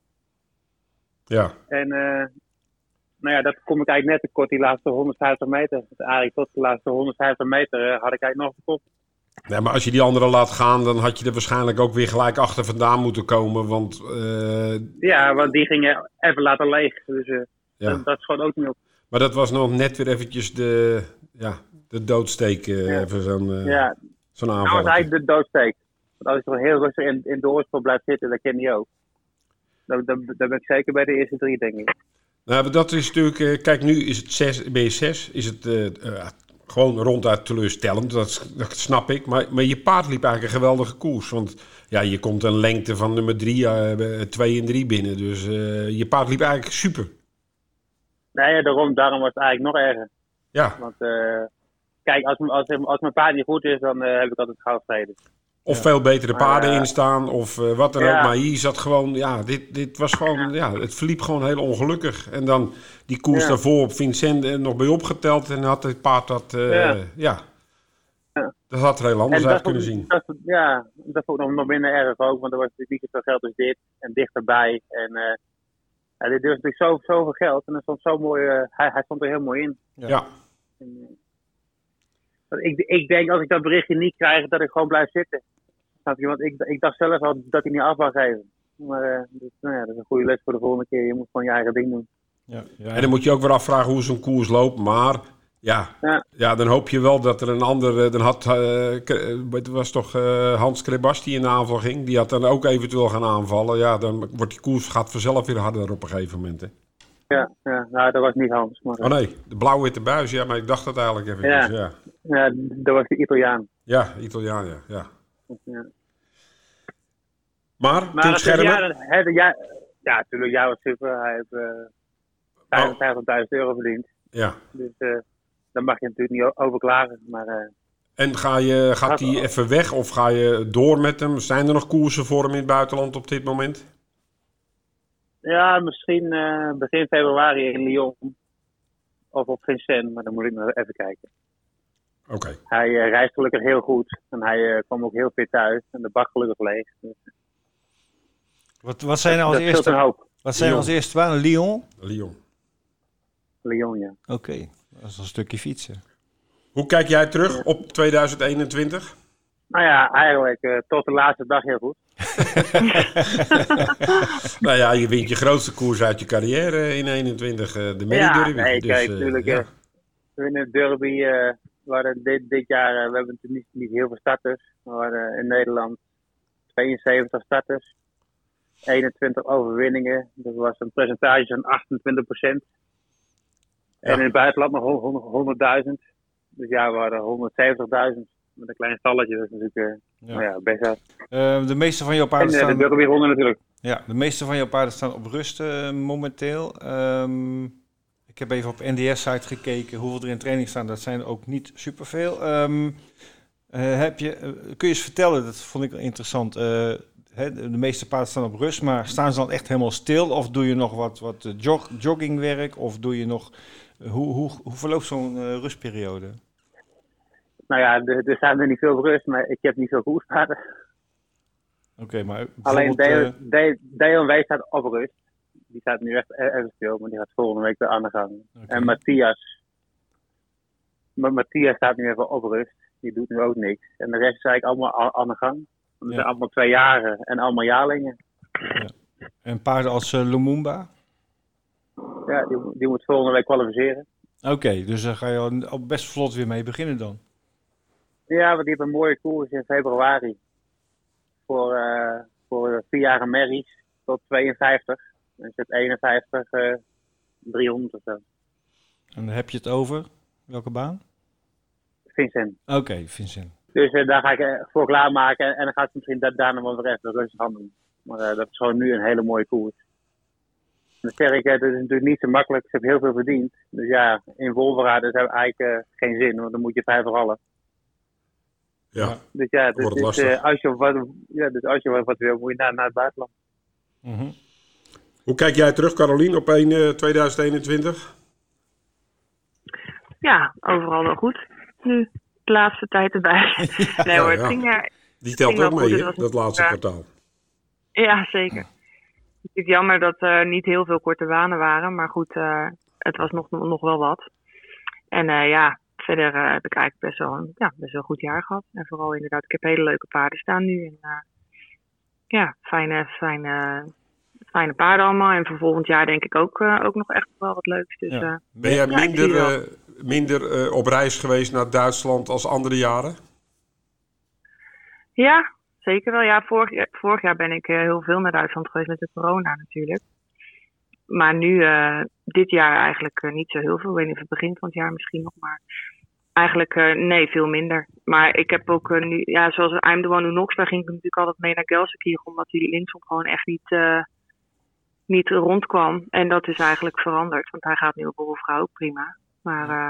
Ja. En uh, nou ja, dat kom ik eigenlijk net tekort, die laatste honderdvijftig meter. Dus eigenlijk tot de laatste honderdvijftig meter uh, had ik eigenlijk nog de kop. Nee, maar als je die anderen laat gaan, dan had je er waarschijnlijk ook weer gelijk achter vandaan moeten komen. Want, uh... Ja, want die gingen even laten leeg. Dus uh, ja. dat, dat schoot ook niet op. Maar dat was nog net weer eventjes de, ja, de doodsteek. Uh, ja. Even zo'n, uh, ja. zo'n aanval. Dat was eigenlijk de doodsteek. Want als je toch heel rustig in, in de oorsprong blijft zitten, dat ken je ook. Dan, dan, dan ben ik zeker bij de eerste drie, denk ik. Nou, dat is natuurlijk... Uh, kijk, nu is het zes, ben je zes. Is het... Uh, uh, Gewoon ronduit teleurstellend, dat, dat snap ik. Maar, maar je paard liep eigenlijk een geweldige koers. Want ja, je komt een lengte van nummer drie, uh, twee en drie binnen. Dus uh, je paard liep eigenlijk super. Nee, daarom, daarom was het eigenlijk nog erger. Ja. Want uh, kijk, als, als, als mijn paard niet goed is, dan uh, heb ik altijd gauw vrede. Of ja. veel betere paarden uh, in staan, of uh, wat dan ja. ook. Maar hier zat gewoon, ja, dit, dit was gewoon, ja. ja, het verliep gewoon heel ongelukkig. En dan die koers ja. daarvoor op Vincent er nog bij opgeteld. En had het paard dat, uh, ja. ja. ja. Dat had er heel anders uit kunnen zien. Dat, ja, dat vond ik nog, nog minder erg ook. Want er was natuurlijk niet zoveel geld als dit. En dichterbij. En uh, ja, dit was natuurlijk zo, zoveel geld. En er stond zo mooi, uh, hij, hij stond er heel mooi in. Ja. ja. En, uh, ik, ik denk als ik dat berichtje niet krijg, dat ik gewoon blijf zitten. Want ik, ik dacht zelf al dat hij niet af wou geven. Maar uh, dus, nou ja, dat is een goede les voor de volgende keer. Je moet gewoon je eigen ding doen. Ja, ja. En dan moet je ook weer afvragen hoe zo'n koers loopt. Maar ja, ja. ja dan hoop je wel dat er een ander... Dan had, uh, het was toch uh, Hans Krebas die in de aanval ging. Die had dan ook eventueel gaan aanvallen. Ja, dan wordt die koers gaat vanzelf weer harder op een gegeven moment. Hè. Ja, ja, nou dat was niet Hans. Maar... Oh nee, de blauw-witte buis. Ja, maar ik dacht dat eigenlijk even. Ja, ja. ja dat was de Italiaan. Ja, Italiaan, ja. ja. ja. Maar, maar Tim Schermer... Ja, het, ja, ja, natuurlijk, jij was super. Hij heeft uh, vijfentachtigduizend euro verdiend. Ja. Dus uh, daar mag je natuurlijk niet over klagen. Maar, uh, en ga je, gaat hij even weg of ga je door met hem? Zijn er nog koersen voor hem in het buitenland op dit moment? Ja, misschien uh, begin februari in Lyon. Of op Vincennes, maar dan moet ik nog even kijken. Oké. Okay. Hij uh, reist gelukkig heel goed. En hij uh, kwam ook heel fit thuis. En de bak gelukkig leeg. Dus, wat, wat zijn nou als eerste? Wat zijn als eerste waren? Lyon? Lyon. Lyon, ja. Oké, okay. Dat is een stukje fietsen. Hoe kijk jij terug ja. op tweeduizend eenentwintig? Nou ja, eigenlijk uh, tot de laatste dag heel goed. Nou ja, je wint je grootste koers uit je carrière in eenentwintig, uh, de Mary Derby. Ja, nee, dus, kijk, uh, natuurlijk. Ja. Uh, we winnen de Derby. Uh, we hadden dit, dit jaar, uh, we hebben natuurlijk niet, niet heel veel starters. We hadden in Nederland tweeënzeventig starters. eenentwintig overwinningen. Dat was een percentage van achtentwintig procent. Ja. En in het buitenland nog honderdduizend. Dus ja, we hadden honderdzeventigduizend. Met een klein stalletje. Dat is natuurlijk uh, ja. Nou ja, best wel. Uh, de meeste van jouw paarden en, uh, staan... de Derby ronden natuurlijk. Ja, de meeste van jouw paarden staan op rust uh, momenteel. Um, ik heb even op N D S-site gekeken hoeveel er in training staan. Dat zijn er ook niet superveel. Um, uh, heb je, uh, kun je eens vertellen, dat vond ik interessant... Uh, hè, de meeste paarden staan op rust, maar staan ze dan echt helemaal stil? Of doe je nog wat, wat jog, joggingwerk? Of doe je nog... Hoe, hoe, hoe verloopt zo'n uh, rustperiode? Nou ja, er, er staan er niet veel op rust, maar ik heb niet veel koerspaarden. Oké, okay, maar alleen uh... D N W staat op rust. Die staat nu echt even stil, maar die gaat volgende week weer aan de gang. Okay. En Matthias, maar Matthias staat nu even op rust. Die doet nu ook niks. En de rest is eigenlijk allemaal aan de gang. Dat ja. zijn allemaal twee jaren en allemaal jaarlingen. Ja. En paarden als uh, Lumumba? Ja, die, die moet volgende week kwalificeren. Oké, okay, dus daar ga je al best vlot weer mee beginnen dan? Ja, want die heeft een mooie koers in februari. Voor, uh, voor vier jaar merries tot tweeënvijftig. En zit eenenvijftig, uh, driehonderd of zo. En dan heb je het over? Welke baan? Vincent. Oké, okay, Vincent. Dus uh, daar ga ik uh, voor klaarmaken. En, en dan gaat het misschien da- daarna wel weer even rustig aan doen. Maar uh, dat is gewoon nu een hele mooie koers. Dan zeg ik, het is natuurlijk niet zo makkelijk. Ze hebben heel veel verdiend. Dus ja, in Wolverhampton hebben we eigenlijk uh, geen zin. Want dan moet je vijf voor alle. Ja, dus ja, dus, dus, uh, als je wat, ja, dus als je wat, wat wil, moet je naar, naar het buitenland. Mm-hmm. Hoe kijk jij terug, Carolien, op één uh, tweeduizend eenentwintig? Ja, overal wel goed. Nu, de laatste tijd erbij. Ja, nee hoor, ja, ja. het ging, uh, Die telt ook mee, hè, dat laatste uh, kwartaal. Ja, zeker. Het is jammer dat er uh, niet heel veel korte banen waren. Maar goed, uh, het was nog, nog wel wat. En uh, ja, verder uh, heb ik eigenlijk best wel, een, ja, best wel een goed jaar gehad. En vooral inderdaad, ik heb hele leuke paarden staan nu. En uh, ja, fijne, fijne, fijne paarden allemaal. En voor volgend jaar denk ik ook, uh, ook nog echt wel wat leuks. Dus, ja. uh, ben jij ja, minder, uh, minder uh, op reis geweest naar Duitsland als andere jaren? Ja, zeker wel. Ja, vorig, vorig jaar ben ik uh, heel veel naar Duitsland geweest met de corona natuurlijk. Maar nu, uh, dit jaar eigenlijk uh, niet zo heel veel. Ik weet niet of het begin van het jaar misschien nog, maar eigenlijk uh, nee, veel minder. Maar ik heb ook uh, nu, ja, zoals I'm the One Who Knocks, daar ging ik natuurlijk altijd mee naar Gelsenkirchen, omdat die linksom gewoon echt niet, uh, niet rondkwam. En dat is eigenlijk veranderd, want hij gaat nu op Wolfvrouw ook prima. Maar uh,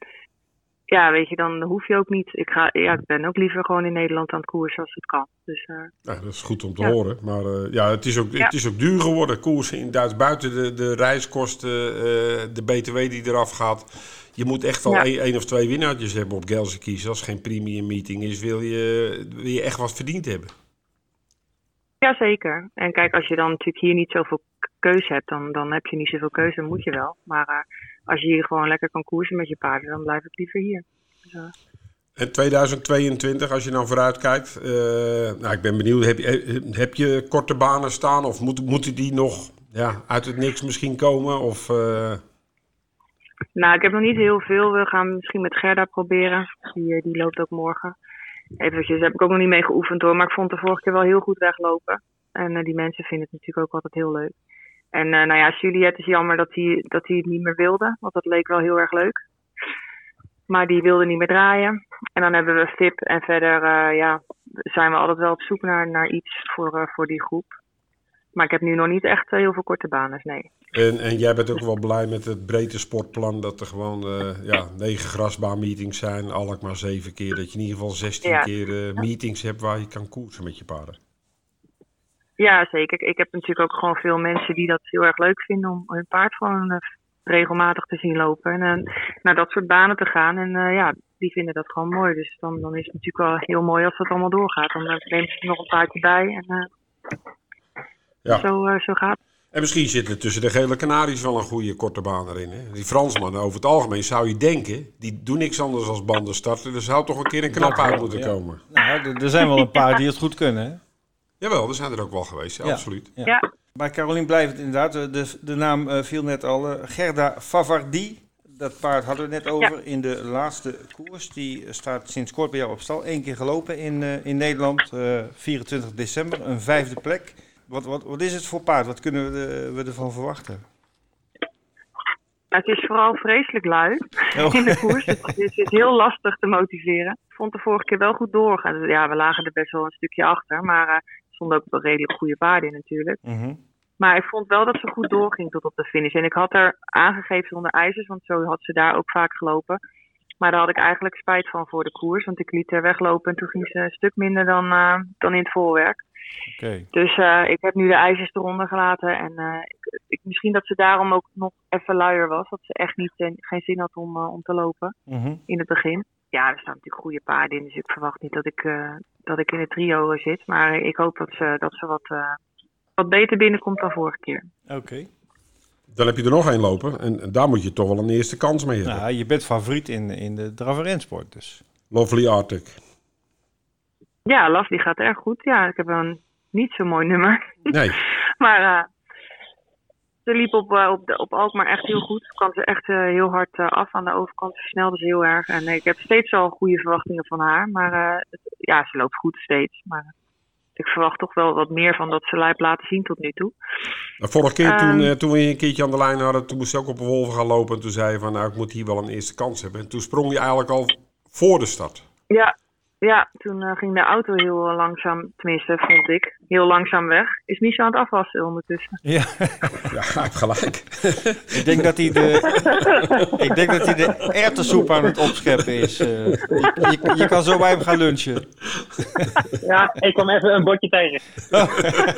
ja, weet je, dan hoef je ook niet. Ik, ga, ja, ik ben ook liever gewoon in Nederland aan het koersen als het kan. Dus, uh, ja, dat is goed om te ja. horen. Maar uh, ja, het is, ook, ja. het is ook duur geworden, koersen in Duits. Buiten de, de reiskosten, uh, de B T W die eraf gaat. Je moet echt al één ja. of twee winnaartjes hebben op Gelsenkirchen. Als het geen premium meeting is, wil je, wil je echt wat verdiend hebben. Jazeker. En kijk, als je dan natuurlijk hier niet zoveel keuze hebt, dan, dan heb je niet zoveel keuze, dan moet je wel. Maar uh, als je hier gewoon lekker kan koersen met je paarden, dan blijf ik liever hier. Dus, uh... En tweeduizend tweeëntwintig, als je nou vooruit kijkt, uh, nou, ik ben benieuwd, heb je, heb je korte banen staan of moet, moeten die nog ja, uit het niks misschien komen? Of, uh... Nou, ik heb nog niet heel veel. We gaan misschien met Gerda proberen. Die, die loopt ook morgen. Eventjes, daar heb ik ook nog niet mee geoefend hoor. Maar ik vond de vorige keer wel heel goed weglopen. En uh, die mensen vinden het natuurlijk ook altijd heel leuk. En uh, nou ja, Juliette is jammer dat hij dat hij het niet meer wilde. Want dat leek wel heel erg leuk. Maar die wilde niet meer draaien. En dan hebben we F I P. En verder uh, ja, zijn we altijd wel op zoek naar, naar iets voor, uh, voor die groep. Maar ik heb nu nog niet echt uh, heel veel korte banen, nee. En, en jij bent ook wel blij met het breedte sportplan, dat er gewoon uh, ja, negen grasbaanmeetings zijn, Alkmaar zeven keer, dat je in ieder geval zestien ja. keer uh, meetings hebt waar je kan koersen met je paarden. Ja, zeker. Ik heb natuurlijk ook gewoon veel mensen die dat heel erg leuk vinden om hun paard gewoon uh, regelmatig te zien lopen en uh, naar dat soort banen te gaan. En uh, ja, die vinden dat gewoon mooi. Dus dan, dan is het natuurlijk wel heel mooi als dat allemaal doorgaat. Dan uh, nemen ze er nog een paardje bij en uh, ja. zo, uh, zo gaat het. En misschien zit er tussen de gele kanaries wel een goede korte baan erin. Hè? Die Fransmannen over het algemeen zou je denken, die doen niks anders als banden starten. Er zou toch een keer een knap uit moeten ja. komen. Nou, er zijn wel een paar die het goed kunnen, hè? Jawel, er zijn er ook wel geweest, ja, ja. absoluut. Ja. Ja. Maar Carolien blijft inderdaad, de, de naam uh, viel net al, uh, Gerda Favardi. Dat paard hadden we net over ja. in de laatste koers. Die staat sinds kort bij jou op stal. Eén keer gelopen in, uh, in Nederland, uh, vierentwintig december, een vijfde plek. Wat, wat, wat is het voor paard? Wat kunnen we, we ervan verwachten? Het is vooral vreselijk lui oh. in de koers. Het is, het is heel lastig te motiveren. Ik vond de vorige keer wel goed doorgaan. Ja, we lagen er best wel een stukje achter. Maar uh, er stonden ook wel redelijk goede paarden in natuurlijk. Mm-hmm. Maar ik vond wel dat ze goed doorging tot op de finish. En ik had haar aangegeven zonder ijzers, want zo had ze daar ook vaak gelopen. Maar daar had ik eigenlijk spijt van voor de koers. Want ik liet haar weglopen en toen ging ze een stuk minder dan, uh, dan in het voorwerk. Okay. Dus uh, ik heb nu de ijzers eronder gelaten. En uh, ik, ik, misschien dat ze daarom ook nog even luier was. Dat ze echt niet, uh, geen zin had om, uh, om te lopen Mm-hmm. in het begin. Ja, er staan natuurlijk goede paarden in. Dus ik verwacht niet dat ik, uh, dat ik in het trio zit. Maar ik hoop dat ze, dat ze wat, uh, wat beter binnenkomt dan vorige keer. Oké. Okay. Dan heb je er nog één lopen. En, en daar moet je toch wel een eerste kans mee hebben. Nou, je bent favoriet in, in de draf- en rensport dus. Lovely Arctic. Ja, Lovely gaat erg goed. Ja, ik heb een niet zo mooi nummer. Nee. maar uh, ze liep op, uh, op, de, op Alkmaar echt heel goed. Ze kwam ze echt uh, heel hard uh, af aan de overkant. Ze versnelde ze heel erg. En uh, ik heb steeds al goede verwachtingen van haar. Maar uh, het, ja, ze loopt goed steeds. Maar ik verwacht toch wel wat meer van dat ze heeft laten zien tot nu toe. Nou, vorige keer um, toen, uh, toen we je een keertje aan de lijn hadden, toen moest je ook op een wolven gaan lopen. En toen zei je van, nou, ik moet hier wel een eerste kans hebben. En toen sprong je eigenlijk al voor de start. Ja, ja toen uh, ging de auto heel langzaam, tenminste vond ik, heel langzaam weg. Is Michel aan het afwassen ondertussen? Ja, ja hij heeft gelijk. ik denk dat hij de, ik denk dat hij de erwtensoep aan het opscheppen is. Uh, je, je, je kan zo bij hem gaan lunchen. Ja, ik kwam even een bordje tegen. Oh.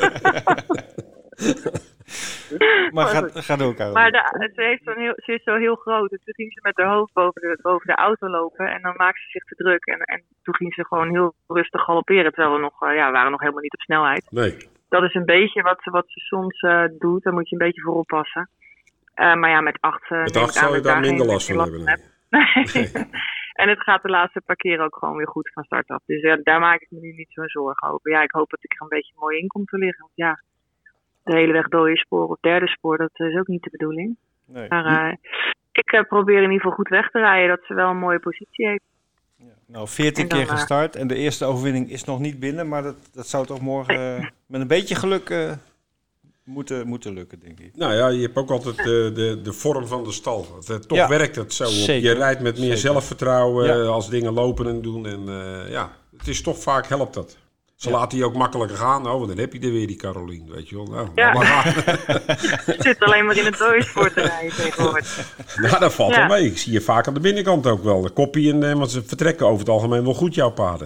Maar ga, ga door, Karel. Maar de, ze, heeft zo'n heel, ze is zo heel groot. Dus toen ging ze met haar hoofd boven de, boven de auto lopen. En dan maakte ze zich te druk. En, en toen ging ze gewoon heel rustig galopperen. Terwijl we nog, uh, ja, waren nog helemaal niet op snelheid. Nee. Dat is een beetje wat, wat ze soms uh, doet. Daar moet je een beetje voor oppassen. Uh, maar ja, met acht... Uh, met acht zou je daar minder last van hebben. Nee. nee. En het gaat de laatste paar keer ook gewoon weer goed van start af. Dus ja, daar maak ik me nu niet zo'n zorgen over. Ja, ik hoop dat ik er een beetje mooi in kom te liggen. Want ja... De hele weg dode spoor of derde spoor, dat is ook niet de bedoeling. Nee. Maar uh, ik uh, probeer in ieder geval goed weg te rijden, dat ze wel een mooie positie heeft. Ja. Nou, veertien keer gestart en de eerste overwinning is nog niet binnen, maar dat, dat zou toch morgen uh, met een beetje geluk uh, moeten, moeten lukken, denk ik. Nou ja, je hebt ook altijd de, de, de vorm van de stal. Het, toch ja, werkt het zo. Zeker, je rijdt met meer zeker. zelfvertrouwen ja. als dingen lopen en doen. En uh, ja, het is toch vaak helpt dat. Ze ja. laat die ook makkelijker gaan. Oh, dan heb je er weer die Carolien, weet je wel. Nou, ja. maar gaan. Je zit alleen maar in het dode spoor te rijden tegenwoordig. Nou, dat valt ja. wel mee. Ik zie je vaak aan de binnenkant ook wel. De koppie en, want ze vertrekken over het algemeen wel goed, jouw paarden.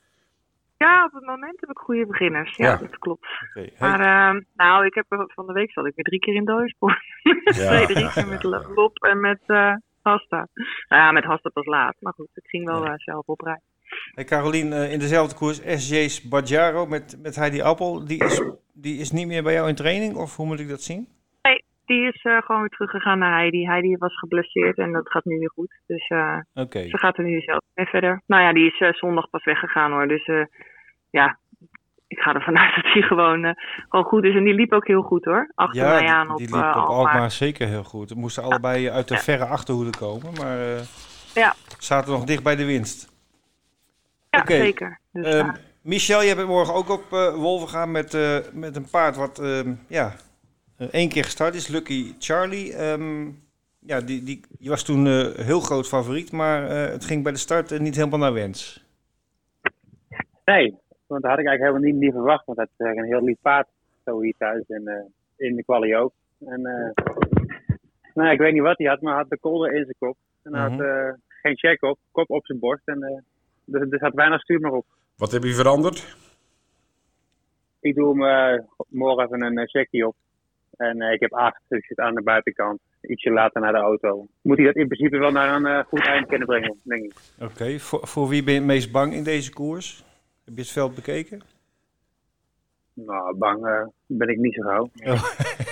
Ja, op het moment heb ik goede beginners. Ja, ja. Dat klopt. Okay. Hey. Maar uh, nou, ik heb van de week zat ik weer drie keer in dode spoor. Ja. Nee, drie keer met Lop en met uh, Hasta. Nou ja, met Hasta pas laat. Maar goed, het ging wel uh, zelf oprijden. Hey Carolien, uh, in dezelfde koers, S J's Badjaro met, met Heidi Appel, die is, die is niet meer bij jou in training, of hoe moet ik dat zien? Nee, die is uh, gewoon weer teruggegaan naar Heidi. Heidi was geblesseerd en dat gaat nu weer goed. Dus uh, okay. Ze gaat er nu zelf mee verder. Nou ja, die is uh, zondag pas weggegaan hoor. Dus uh, ja, ik ga ervan uit dat die gewoon, uh, gewoon goed is. En die liep ook heel goed hoor, achter ja, mij aan die, op die liep uh, op Alkmaar. Alkmaar zeker heel goed. We moesten allebei uit de ja. verre achterhoede komen, maar uh, ja. zaten nog dicht bij de winst. Ja, okay. Zeker. Dus, uh, uh, Michel, jij bent morgen ook op uh, Wolven gaan met, uh, met een paard wat uh, ja, uh, één keer gestart is, Lucky Charlie. Um, ja, die, die, die was toen uh, heel groot favoriet, maar uh, het ging bij de start uh, niet helemaal naar wens. Nee, want dat had ik eigenlijk helemaal niet, niet verwacht, want dat is uh, een heel lief paard zo hier thuis en uh, in de kwalie ook. En uh, nou, ik weet niet wat hij had, maar hij had de kolder in zijn kop. En hij mm-hmm. had uh, geen check op, kop op zijn borst en... Uh, Dus er zat weinig stuur maar op. Wat heb je veranderd? Ik doe hem uh, morgen even een uh, checkie op. En uh, ik heb aangezet aan de buitenkant. Ietsje later naar de auto. Moet hij dat in principe wel naar een uh, goed eind kunnen brengen, denk ik. Oké, okay. voor, voor wie ben je het meest bang in deze koers? Heb je het veld bekeken? Nou, bang uh, ben ik niet zo gauw. Oh.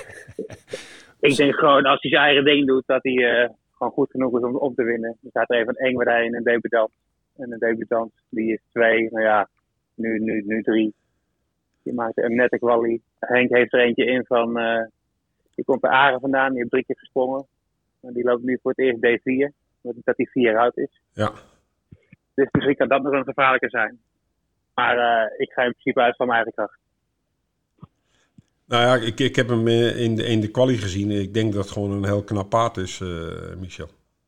Ik denk gewoon, als hij zijn eigen ding doet, dat hij uh, gewoon goed genoeg is om, om te winnen. Er staat er even een Engwedij en een debutant. En een debutant, die is twee, nou ja, nu, nu, nu drie. Die maakte een nette quali. Henk heeft er eentje in van, uh, die komt bij Aren vandaan, die heeft drie keer gesprongen. En die loopt nu voor het eerst D vier, dat hij vier uit is. Ja. Dus misschien kan dat nog een gevaarlijker zijn. Maar uh, ik ga in principe uit van mijn eigen kracht. Nou ja, ik, ik heb hem in de, in de quali gezien. Ik denk dat het gewoon een heel knap paard is, uh, Michel.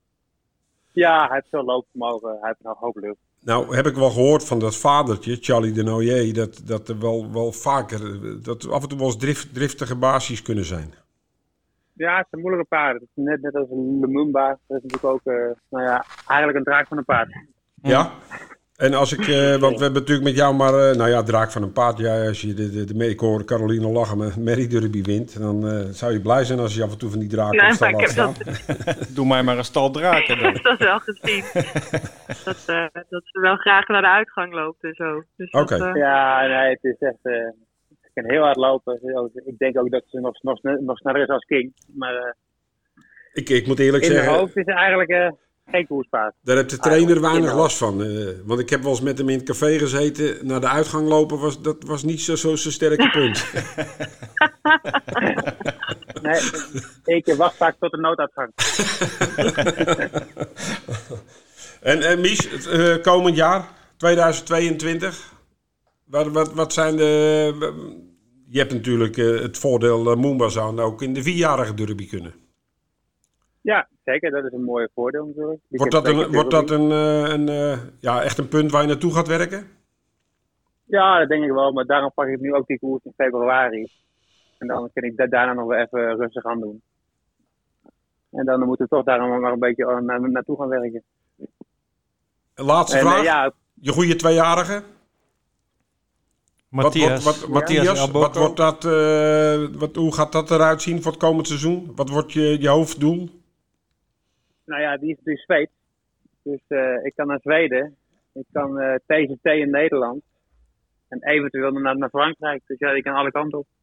Ja, hij heeft veel loopvermogen. Hij heeft nog hoop lucht. Nou, heb ik wel gehoord van dat vadertje, Charlie de Noyer, dat, dat er wel, wel vaker, dat af en toe wel eens drift, driftige baasjes kunnen zijn. Ja, het is een moeilijke paard. Het is net, net als een Lumumba. Dat is natuurlijk ook, uh, nou ja, eigenlijk een draak van een paard. Ja? En als ik, uh, want we hebben natuurlijk met jou maar, uh, nou ja, draak van een paard. Ja, als je de, de, de ik hoor Caroline lachen met Merrie Derby wint, dan uh, zou je blij zijn als je af en toe van die draak ja, op stal laat staan. Dat... Doe mij maar een stal draken dan. Ik heb dat wel gezien. dat, uh, dat ze wel graag naar de uitgang loopt en zo. Dus Oké. Okay. Uh... Ja, nee, het is echt, uh, ze kan heel hard lopen. Ik denk ook dat ze nog, nog, nog sneller is als King. Maar uh, ik, ik moet eerlijk in zeggen... In mijn hoofd is ze eigenlijk... Uh, geen koerspaard. Daar heeft de trainer weinig last van. Uh, want ik heb wel eens met hem in het café gezeten. Naar de uitgang lopen, was, dat was niet zo, zo zijn sterke punt. Nee, ik wacht vaak tot de nooduitgang. en en Mies, het, uh, komend jaar, tweeduizend tweeëntwintig. Wat, wat, wat zijn de... Uh, je hebt natuurlijk uh, het voordeel uh, Moomba zou ook in de vierjarige derby kunnen. Ja, zeker. Dat is een mooi voordeel natuurlijk. Die wordt dat, een, wordt dat een, een, een, ja, echt een punt waar je naartoe gaat werken? Ja, dat denk ik wel. Maar daarom pak ik nu ook die koers in februari. En dan kan ik da- daarna nog wel even rustig aan doen. En dan moeten we toch daar maar een beetje na- naartoe gaan werken. Laatste en, vraag. Uh, ja, je goede tweejarige? Matthias. Wat, wat, wat, ja. Matthias, wat wordt dat, uh, wat, hoe gaat dat eruit zien voor het komend seizoen? Wat wordt je, je hoofddoel? Nou ja, die is dus Zweeds. Dus uh, ik kan naar Zweden. Ik kan uh, T C T in Nederland. En eventueel naar, naar Frankrijk. Dus ja, die kan alle kanten op.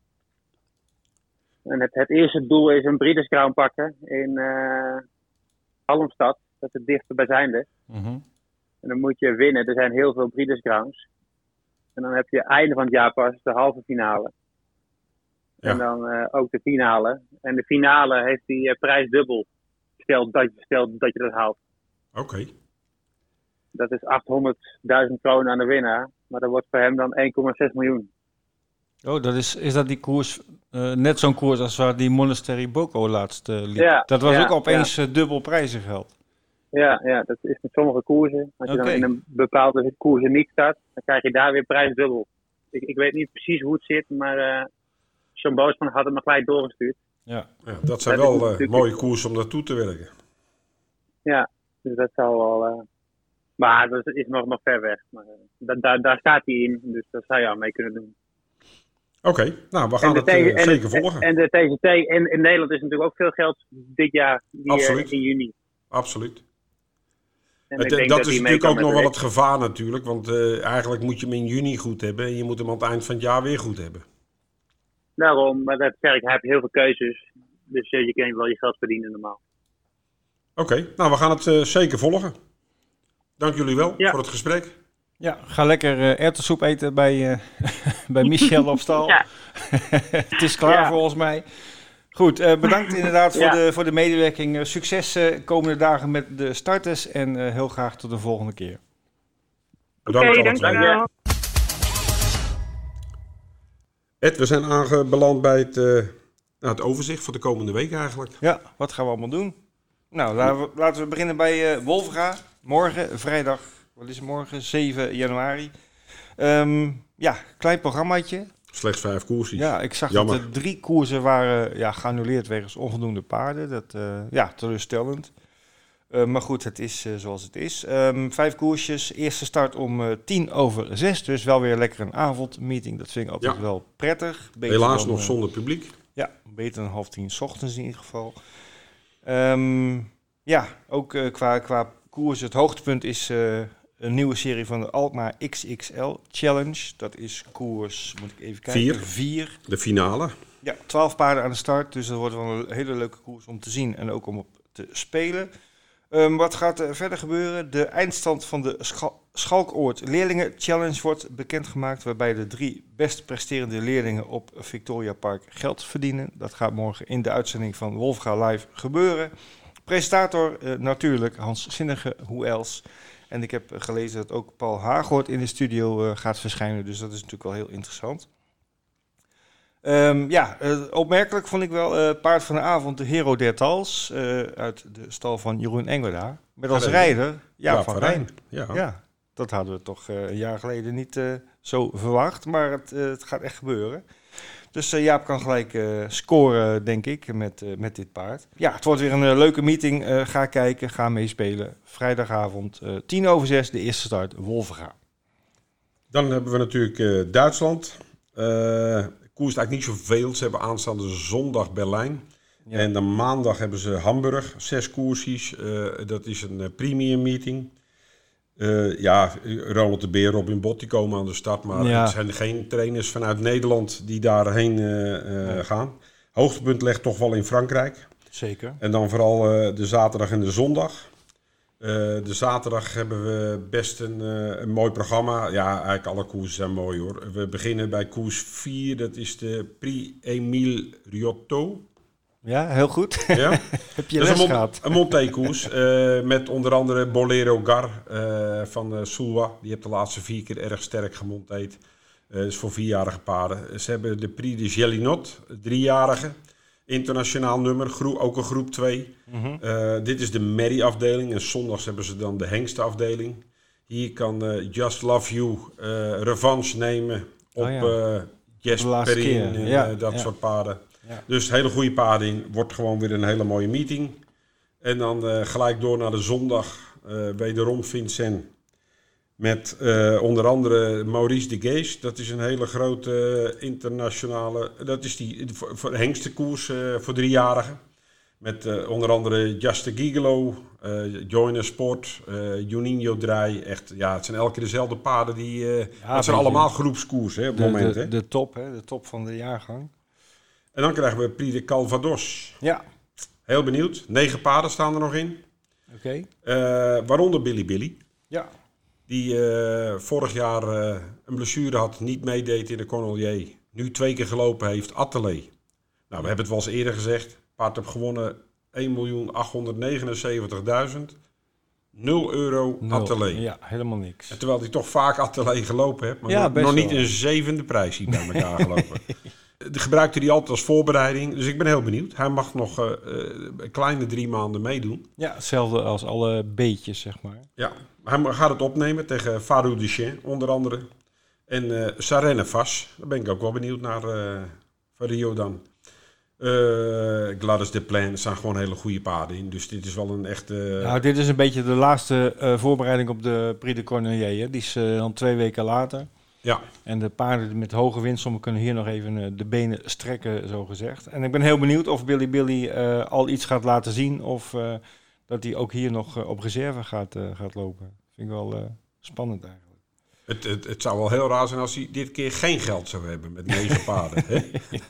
En het, het eerste doel is een Breeders' Crown pakken in uh, Halmstad. Dat is het dichtste bijzijnde. Mm-hmm. En dan moet je winnen. Er zijn heel veel Breeders' Crowns. En dan heb je einde van het jaar pas de halve finale. Ja. En dan uh, ook de finale. En de finale heeft die uh, prijs dubbel. Stel dat, stel dat je dat haalt. Oké. Okay. Dat is achthonderdduizend kronen aan de winnaar. Maar dat wordt voor hem dan één komma zes miljoen. Oh, dat is, is dat die koers, uh, net zo'n koers als waar die Monastery Boko laatst uh, liep? Ja, dat was ja, ook opeens ja. uh, dubbel prijzengeld. Ja, ja, dat is met sommige koersen. Als je okay. dan in een bepaalde koers niet staat, dan krijg je daar weer prijsdubbel. Ik, ik weet niet precies hoe het zit, maar uh, John Boosman had hem nog gelijk doorgestuurd. Ja. Ja, dat zijn dat wel uh, mooie koersen om naartoe te werken. Ja, dus dat zal wel... Uh, maar dat is nog, nog ver weg. Maar, uh, da, da, daar staat hij in, dus daar zou je aan mee kunnen doen. Oké, okay, nou we gaan het uh, en, zeker volgen. En de T C T in, in Nederland is natuurlijk ook veel geld dit jaar, die, Absoluut. Uh, in juni. Absoluut. En het, ik denk dat, dat is natuurlijk ook nog wel het gevaar natuurlijk, want uh, eigenlijk moet je hem in juni goed hebben en je moet hem aan het eind van het jaar weer goed hebben. Daarom, maar dat zeg ik, hij heeft heel veel keuzes, dus uh, je kan wel je geld verdienen normaal. Oké, okay, nou we gaan het uh, zeker volgen. Dank jullie wel ja. voor het gesprek. Ja, ga lekker uh, erwtensoep eten bij, uh, bij Michel op stal. Ja. Het is klaar ja. volgens mij. Goed, uh, bedankt inderdaad voor, ja. de, voor de medewerking. Uh, succes uh, komende dagen met de starters en uh, heel graag tot de volgende keer. Bedankt. Oké, okay, dankjewel. Ed, we zijn aangebeland bij het, uh, nou, het overzicht voor de komende week eigenlijk. Ja, wat gaan we allemaal doen? Nou, laten we, laten we beginnen bij uh, Wolvenga. Morgen, vrijdag, wat is het morgen? zeven januari. Um, ja, klein programmaatje. Slechts vijf koersen. Ja, ik zag Jammer. dat er drie koersen waren ja, geannuleerd wegens onvoldoende paarden. Dat, uh, ja, teleurstellend. Uh, maar goed, het is uh, zoals het is. Um, vijf koersjes. Eerste start om uh, tien over zes. Dus wel weer lekker een avondmeeting. Dat vind ik altijd ja. wel prettig. Beter Helaas dan, nog uh, zonder publiek. Ja, beter dan half tien 's ochtends in ieder geval. Um, ja, ook uh, qua, qua koers. Het hoogtepunt is uh, een nieuwe serie van de Alkmaar X X L Challenge. Dat is koers, moet ik even kijken. Vier. Vier. De finale. Ja, twaalf paarden aan de start. Dus dat wordt wel een hele leuke koers om te zien en ook om op te spelen. Um, wat gaat er verder gebeuren? De eindstand van de Schal- Schalkoord Leerlingen Challenge wordt bekendgemaakt, waarbij de drie best presterende leerlingen op Victoria Park geld verdienen. Dat gaat morgen in de uitzending van Wolfga Live gebeuren. Presentator uh, natuurlijk Hans Zinnige, hoe else. En ik heb gelezen dat ook Paul Haaghoort in de studio uh, gaat verschijnen, dus dat is natuurlijk wel heel interessant. Um, ja, uh, opmerkelijk vond ik wel uh, paard van de avond, de Hero der Tals, uh, uit de stal van Jeroen Engelda. Met als rijder, ja, ja van Rijn. Ja. ja, dat hadden we toch uh, een jaar geleden niet uh, zo verwacht, maar het, uh, het gaat echt gebeuren. Dus uh, Jaap kan gelijk uh, scoren, denk ik, met, uh, met dit paard. Ja, het wordt weer een uh, leuke meeting. Uh, ga kijken, ga meespelen. Vrijdagavond, uh, tien over zes, de eerste start, Wolvenga. Dan hebben we natuurlijk uh, Duitsland. Uh, koers eigenlijk niet zoveel. Ze hebben aanstaande zondag Berlijn. Ja. En dan maandag hebben ze Hamburg, zes koersjes. Uh, dat is een uh, premium meeting. Uh, ja, Ronald de Beer, Robin Bot, die komen aan de start. Maar ja. Het zijn geen trainers vanuit Nederland die daarheen uh, uh, ja. gaan. Hoogtepunt ligt toch wel in Frankrijk. Zeker. En dan vooral uh, de zaterdag en de zondag. Uh, de zaterdag hebben we best een, uh, een mooi programma. Ja, eigenlijk alle koersen zijn mooi hoor. We beginnen bij koers vier, dat is de Prix Émile Riotto. Ja, heel goed. Ja? Heb je dat les is een, gehad? Een monté-koers uh, met onder andere Bolero Gar uh, van uh, Soulwa. Die heeft de laatste vier keer erg sterk gemonteerd. Uh, dat is voor vierjarige paarden. Ze hebben de Prix de Gélinot, driejarige. Internationaal nummer, groep, ook een groep twee. Mm-hmm. Uh, dit is de Merrie-afdeling. En zondags hebben ze dan de hengstenafdeling. Hier kan uh, Just Love You uh, revanche nemen op oh, ja. uh, Jess Perrin en ja, uh, dat ja. soort paarden. Ja. Dus hele goede paarden in. Wordt gewoon weer een hele mooie meeting. En dan uh, gelijk door naar de zondag. Uh, wederom Vincent. Met uh, onder andere Maurice de Gees. Dat is een hele grote uh, internationale... Dat is die voor, voor hengstenkoers uh, voor driejarigen. Met uh, onder andere Just Gigolo, uh, Joiner Sport, uh, Juninho Draai. Echt, ja, het zijn elke keer dezelfde paarden. Die, uh, ja, het zijn allemaal groepskoers hè, op het de, moment. De, hè. de top, hè, de top van de jaargang. En dan krijgen we Prix de Calvados. Ja. Heel benieuwd. Negen paarden staan er nog in. Oké. Okay. Uh, waaronder Billy Billy. Ja. Die uh, vorig jaar uh, een blessure had, niet meedeed in de Cornelier. Nu twee keer gelopen heeft, Attelé. Nou, we hebben het wel eens eerder gezegd. Paard heeft gewonnen één miljoen achthonderdnegenenzeventigduizend. nul euro Attelé. Ja, helemaal niks. En terwijl hij toch vaak Attelé gelopen heeft. Maar ja, nog, nog niet wel. een zevende prijs hier bij elkaar gelopen. Die gebruikte hij altijd als voorbereiding. Dus ik ben heel benieuwd. Hij mag nog uh, een kleine drie maanden meedoen. Ja, hetzelfde als alle beetjes, zeg maar. Ja, hij gaat het opnemen tegen Farou Duchesne, onder andere. En uh, Sarenne Vas. Daar ben ik ook wel benieuwd naar uh, van Rio dan. Uh, Gladys de Plain, er staan gewoon hele goede paarden in. Dus dit is wel een echte... Uh... Nou, dit is een beetje de laatste uh, voorbereiding op de Prix de Cornelier. Hè? Die is uh, dan twee weken later. Ja. En de paarden met hoge winstommen kunnen hier nog even uh, de benen strekken, zo gezegd. En ik ben heel benieuwd of Billy Billy uh, al iets gaat laten zien. Of uh, dat hij ook hier nog uh, op reserve gaat, uh, gaat lopen. Vind ik wel uh, spannend eigenlijk. Het, het, het zou wel heel raar zijn als hij dit keer geen geld zou hebben met negen paarden. Hè?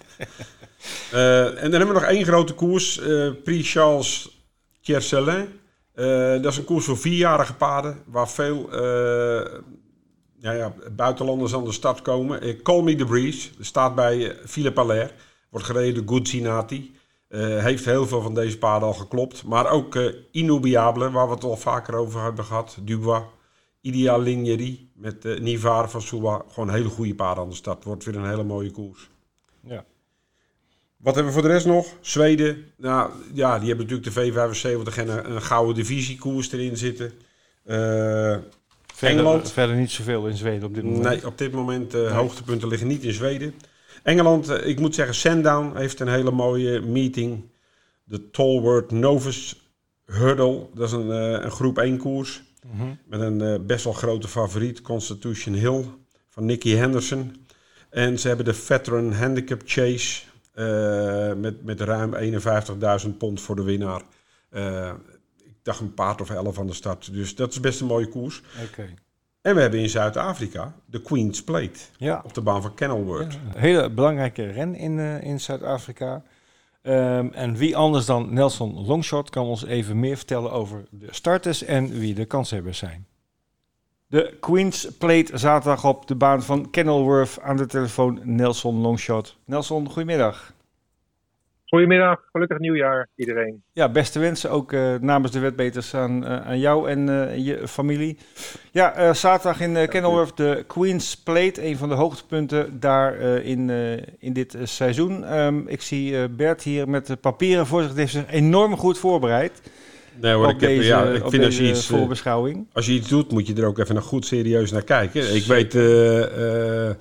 uh, en dan hebben we nog één grote koers. Uh, Prix Charles Tiercelin. Uh, dat is een koers voor vierjarige paarden. Waar veel uh, ja, ja, buitenlanders aan de start komen. Uh, Call Me The Breeze. Staat bij uh, Philippe Allaire. Wordt gereden door Guzzinati. Uh, heeft heel veel van deze paarden al geklopt. Maar ook uh, Inoubliable, waar we het al vaker over hebben gehad. Dubois. Ideal Lignerie met uh, Nivar van Soulwa. Gewoon hele goede paarden aan de start. Wordt weer een hele mooie koers. Ja. Wat hebben we voor de rest nog? Zweden. Nou ja, die hebben natuurlijk de V vijfenzeventig en een, een gouden divisiekoers erin zitten. Uh, verder, Engeland. Verder niet zoveel in Zweden op dit moment. Nee, op dit moment uh, nee. Hoogtepunten liggen niet in Zweden. Engeland, uh, ik moet zeggen, Sandown heeft een hele mooie meeting. De Tolworth Novice Hurdle. Dat is een, uh, een groep één koers. Mm-hmm. Met een uh, best wel grote favoriet, Constitution Hill van Nicky Henderson. En ze hebben de Veteran Handicap Chase uh, met, met ruim eenenvijftigduizend pond voor de winnaar. Uh, ik dacht een paard of elf aan de start. Dus dat is best een mooie koers. Okay. En we hebben in Zuid-Afrika de Queen's Plate ja. op de baan van Kenilworth. Ja, een hele belangrijke ren in, uh, in Zuid-Afrika. Um, en wie anders dan Nelson Longshot kan ons even meer vertellen over de starters en wie de kanshebbers zijn. De Queen's Plate zaterdag op de baan van Kenilworth, aan de telefoon Nelson Longshot. Nelson, goedemiddag. Goedemiddag, gelukkig nieuwjaar iedereen. Ja, beste wensen ook uh, namens de wetbeters aan, uh, aan jou en uh, je familie. Ja, uh, zaterdag in uh, Kenilworth de Queen's Plate, een van de hoogtepunten daar uh, in, uh, in dit uh, seizoen. Um, ik zie uh, Bert hier met de papieren voor zich, heeft zich enorm goed voorbereid. Nee hoor, op ik, heb, deze, ja, ik op vind als deze je, iets, voorbeschouwing. als je iets doet, moet je er ook even nog goed serieus naar kijken. Ik weet... Uh, uh,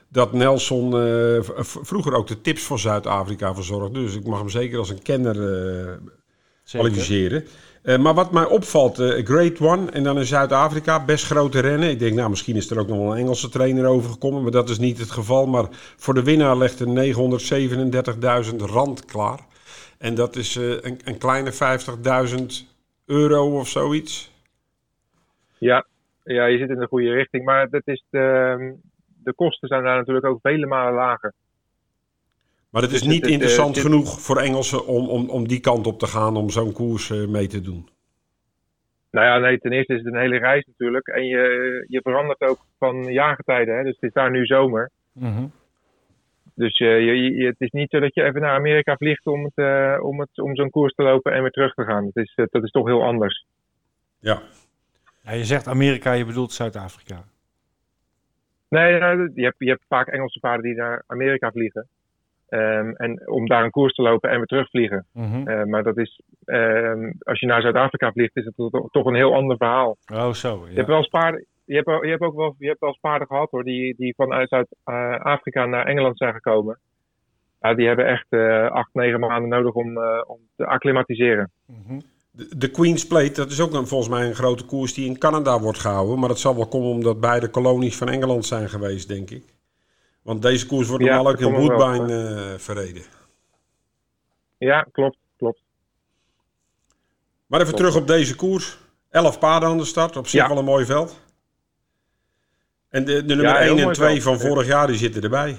dat Nelson uh, v- vroeger ook de tips voor Zuid-Afrika verzorgde. Dus ik mag hem zeker als een kenner uh, kwalificeren. Uh, maar wat mij opvalt, uh, Great One en dan in Zuid-Afrika, best grote rennen. Ik denk, nou, misschien is er ook nog wel een Engelse trainer overgekomen, maar dat is niet het geval. Maar voor de winnaar legt er negenhonderdzevenendertigduizend rand klaar. En dat is uh, een, een kleine vijftigduizend euro of zoiets. Ja, ja, je zit in de goede richting. Maar dat is de, de kosten zijn daar natuurlijk ook vele malen lager. Maar het is Dus niet het- het, interessant eh, dit- genoeg voor Engelsen om, om, om die kant op te gaan, om zo'n koers uh, mee te doen. Nou ja, nee, ten eerste is het een hele reis natuurlijk. En je, je verandert ook van jaargetijden. Hè? Dus het is daar nu zomer. Mhm. Dus uh, je, je, het is niet zo dat je even naar Amerika vliegt om, het, uh, om, het, om zo'n koers te lopen en weer terug te gaan. Dat is, uh, dat is toch heel anders. Ja, Ja, je zegt Amerika, je bedoelt Zuid-Afrika. Nee, nou, je, hebt, je hebt vaak Engelse paarden die naar Amerika vliegen. Um, en om daar een koers te lopen en weer terugvliegen. Mhm. Uh, maar dat is, um, als je naar Zuid-Afrika vliegt, is het to- toch een heel ander verhaal. Oh, zo. Je Ja. hebt wel eens paarden, je hebt, wel- je hebt ook wel, je hebt wel eens paarden gehad hoor, die, die vanuit Zuid-Afrika naar Engeland zijn gekomen. Ja, die hebben echt uh, acht, negen maanden nodig om, uh, om te acclimatiseren. Mhm. de, de Queen's Plate, dat is ook een, volgens mij een grote koers die in Canada wordt gehouden. Maar dat zal wel komen omdat beide kolonies van Engeland zijn geweest, denk ik. Want deze koers wordt Ja, normaal ook dat in kan wel, Woodbine uh, verreden. Ja, klopt, klopt. Maar even Klopt. terug op deze koers. Elf paarden aan de start, op zich Ja. wel een mooi veld. En de, de nummer Ja, heel één en mooi twee veld. van vorig jaar, die zitten erbij.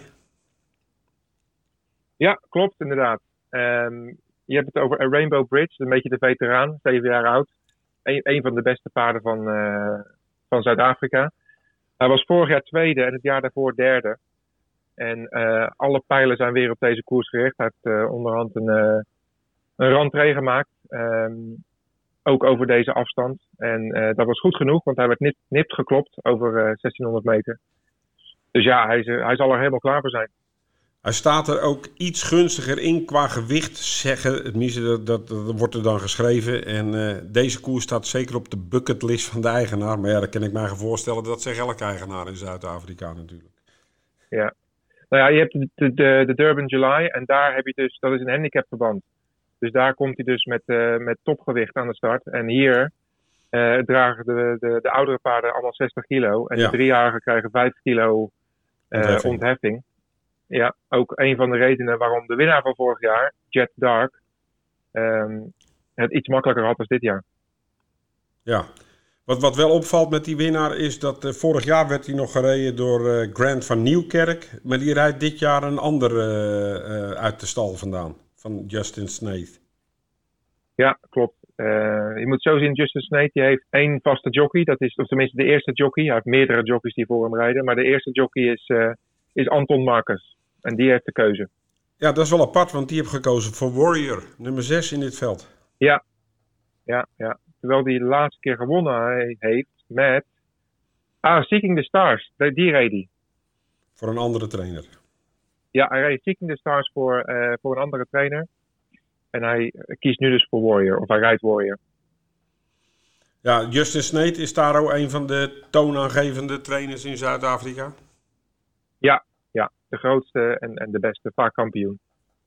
Ja, klopt inderdaad. Um, je hebt het over een Rainbow Bridge, een beetje de veteraan, zeven jaar oud. Een, een van de beste paarden van, uh, van Zuid-Afrika. Hij was vorig jaar tweede en het jaar daarvoor derde. En uh, alle pijlen zijn weer op deze koers gericht. Hij heeft uh, onderhand een, uh, een rentree gemaakt. Um, ook over deze afstand. En uh, dat was goed genoeg, want hij werd nipt, nipt geklopt over uh, zestienhonderd meter. Dus ja, hij, is, uh, hij zal er helemaal klaar voor zijn. Hij staat er ook iets gunstiger in qua gewicht, zeggen. Tenminste, dat, dat, dat wordt er dan geschreven. En uh, deze koers staat zeker op de bucketlist van de eigenaar. Maar ja, dat kan ik mij voorstellen. Dat zegt elke eigenaar in Zuid-Afrika natuurlijk. Ja. Nou ja, je hebt de, de, de Durban July en daar heb je dus, dat is een handicapverband. Dus daar komt hij dus met, uh, met topgewicht aan de start. En hier uh, dragen de, de, de oudere paarden allemaal zestig kilo. En Ja. de driejarigen krijgen vijf kilo uh, Ontheffing. ontheffing. Ja, ook een van de redenen waarom de winnaar van vorig jaar, Jet Dark, um, het iets makkelijker had als dit jaar. Ja. Wat, wat wel opvalt met die winnaar is dat uh, vorig jaar werd hij nog gereden door uh, Grant van Nieuwkerk. Maar die rijdt dit jaar een ander uh, uh, uit de stal vandaan. Van Justin Snaith. Ja, klopt. Uh, je moet zo zien, Justin Snaith die heeft één vaste jockey. Dat is, of tenminste de eerste jockey. Hij heeft meerdere jockeys die voor hem rijden. Maar de eerste jockey is, uh, is Anton Marcus. En die heeft de keuze. Ja, dat is wel apart, want die heeft gekozen voor Warrior. Nummer zes in dit veld. Ja, ja, ja. Terwijl hij de laatste keer gewonnen heeft met... Ah, Seeking the Stars. Die reed hij. Voor een andere trainer. Ja, hij reed Seeking the Stars voor, uh, voor een andere trainer. En hij kiest nu dus voor Warrior. Of hij rijdt Warrior. Ja, Justin Snaith is daar ook een van de toonaangevende trainers in Zuid-Afrika. Ja, ja. De grootste en, en de beste. Vaak kampioen.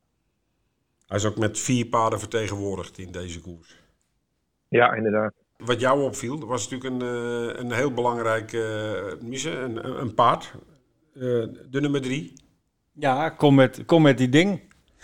Hij is ook met vier paarden vertegenwoordigd in deze koers. Ja, inderdaad. Wat jou opviel, dat was natuurlijk een, uh, een heel belangrijk uh, een, een paard. Uh, de nummer drie. Ja, kom met, kom met die ding.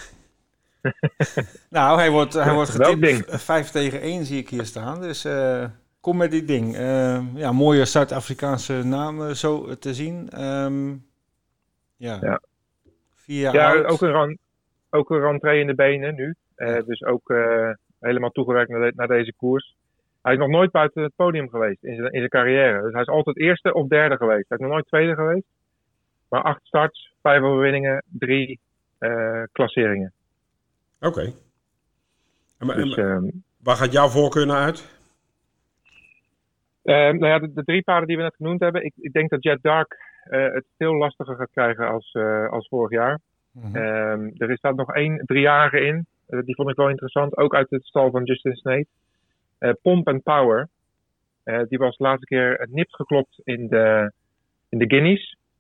Nou, hij wordt, hij wordt Welk getipt. ding? vijf tegen één zie ik hier staan. Dus uh, kom met die ding. Uh, ja, mooie Zuid-Afrikaanse naam zo te zien. Um, ja. Ja, Vier jaar ja oud. ook een, ran, ook een rentree in de benen nu. Uh, dus ook uh, helemaal toegewerkt naar, de, naar deze koers. Hij is nog nooit buiten het podium geweest in zijn, in zijn carrière. Dus hij is altijd eerste of derde geweest. Hij is nog nooit tweede geweest. Maar acht starts, vijf overwinningen, drie uh, klasseringen. Oké. Okay. Dus, um, waar gaat jouw voorkeur naar uit? Uh, nou ja, de, de drie paarden die we net genoemd hebben. Ik, ik denk dat Jet Dark uh, het veel lastiger gaat krijgen als, uh, als vorig jaar. Mm-hmm. Um, er staat nog één driejarige in. Uh, die vond ik wel interessant. Ook uit het stal van Justin Snaith. Uh, Pomp and Power. Uh, die was de laatste keer nipt geklopt in de, in de Guineas.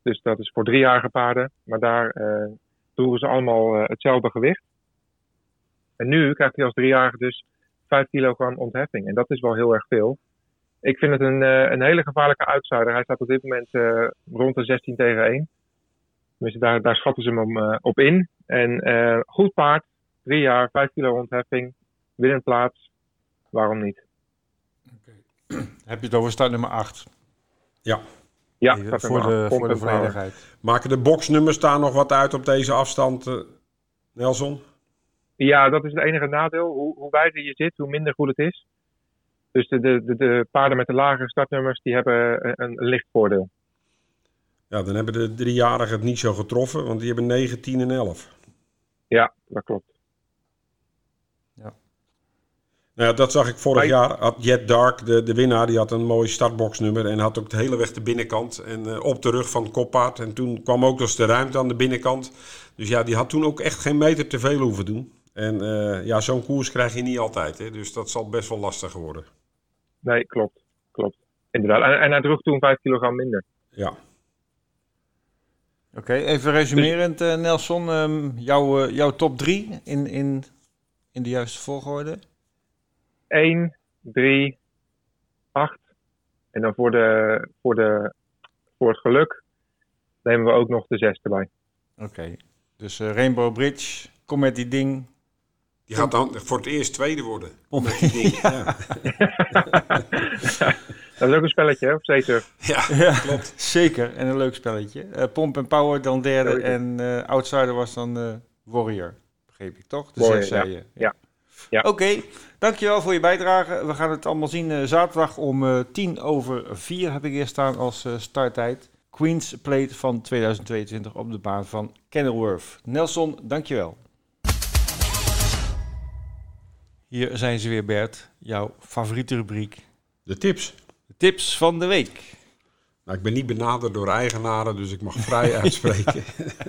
Dus dat is voor driejarige paarden. Maar daar uh, droegen ze allemaal uh, hetzelfde gewicht. En nu krijgt hij als driejarige dus vijf kilogram ontheffing. En dat is wel heel erg veel. Ik vind het een, uh, een hele gevaarlijke outsider. Hij staat op dit moment uh, rond de zestien tegen één. Dus daar, daar schatten ze hem uh, op in. En uh, goed paard, drie jaar, vijf kilo ontheffing, winnend plaats. Waarom niet? Okay. Heb je het over start nummer acht? Ja. Ja, Even, voor, de, voor de volledigheid. Maken de boxnummers daar nog wat uit op deze afstand, uh, Nelson? Ja, dat is het enige nadeel. Hoe, hoe wijder je zit, hoe minder goed het is. Dus de, de, de, de paarden met de lagere startnummers, die hebben een, een licht voordeel. Ja, dan hebben de driejarigen het niet zo getroffen, want die hebben negen, tien en elf. Ja, dat klopt. Ja. Nou ja, dat zag ik vorig Bij... jaar. Had Jet Dark, de, de winnaar, die had een mooi startboxnummer en had ook de hele weg de binnenkant en uh, op de rug van het koppaard. En toen kwam ook dus de ruimte aan de binnenkant. Dus ja, die had toen ook echt geen meter te veel hoeven doen. En uh, ja, zo'n koers krijg je niet altijd, hè? Dus dat zal best wel lastig worden. Nee, klopt. klopt. Inderdaad. En, en hij droeg toen vijf kilogram minder. Ja. Oké, okay, even resumerend, uh, Nelson. Um, jouw, uh, jouw top drie in, in, in de juiste volgorde? één, drie, acht. En dan voor, de, voor, de, voor het geluk nemen we ook nog de zes erbij. Oké, okay. Dus uh, Rainbow Bridge, kom met die ding. Die gaat dan voor het eerst tweede worden. Met die ding. Ja. Dat is ook een spelletje, hè? Of zeker? Ja, ja, klopt. Zeker. En een leuk spelletje. Uh, Pomp en Power dan derde. Zeker. En uh, Outsider was dan uh, Warrior. Begreep ik toch? De Warrior, zes zei ja. je. Ja. ja. Oké, okay. Dankjewel voor je bijdrage. We gaan het allemaal zien uh, zaterdag om uh, tien over vier heb ik hier staan als uh, starttijd. Queen's Plate van tweeduizend tweeëntwintig op de baan van Kenilworth. Nelson, dankjewel. Hier zijn ze weer, Bert. Jouw favoriete rubriek. De tips. De tips van de week. Nou, ik ben niet benaderd door eigenaren, dus ik mag vrij uitspreken.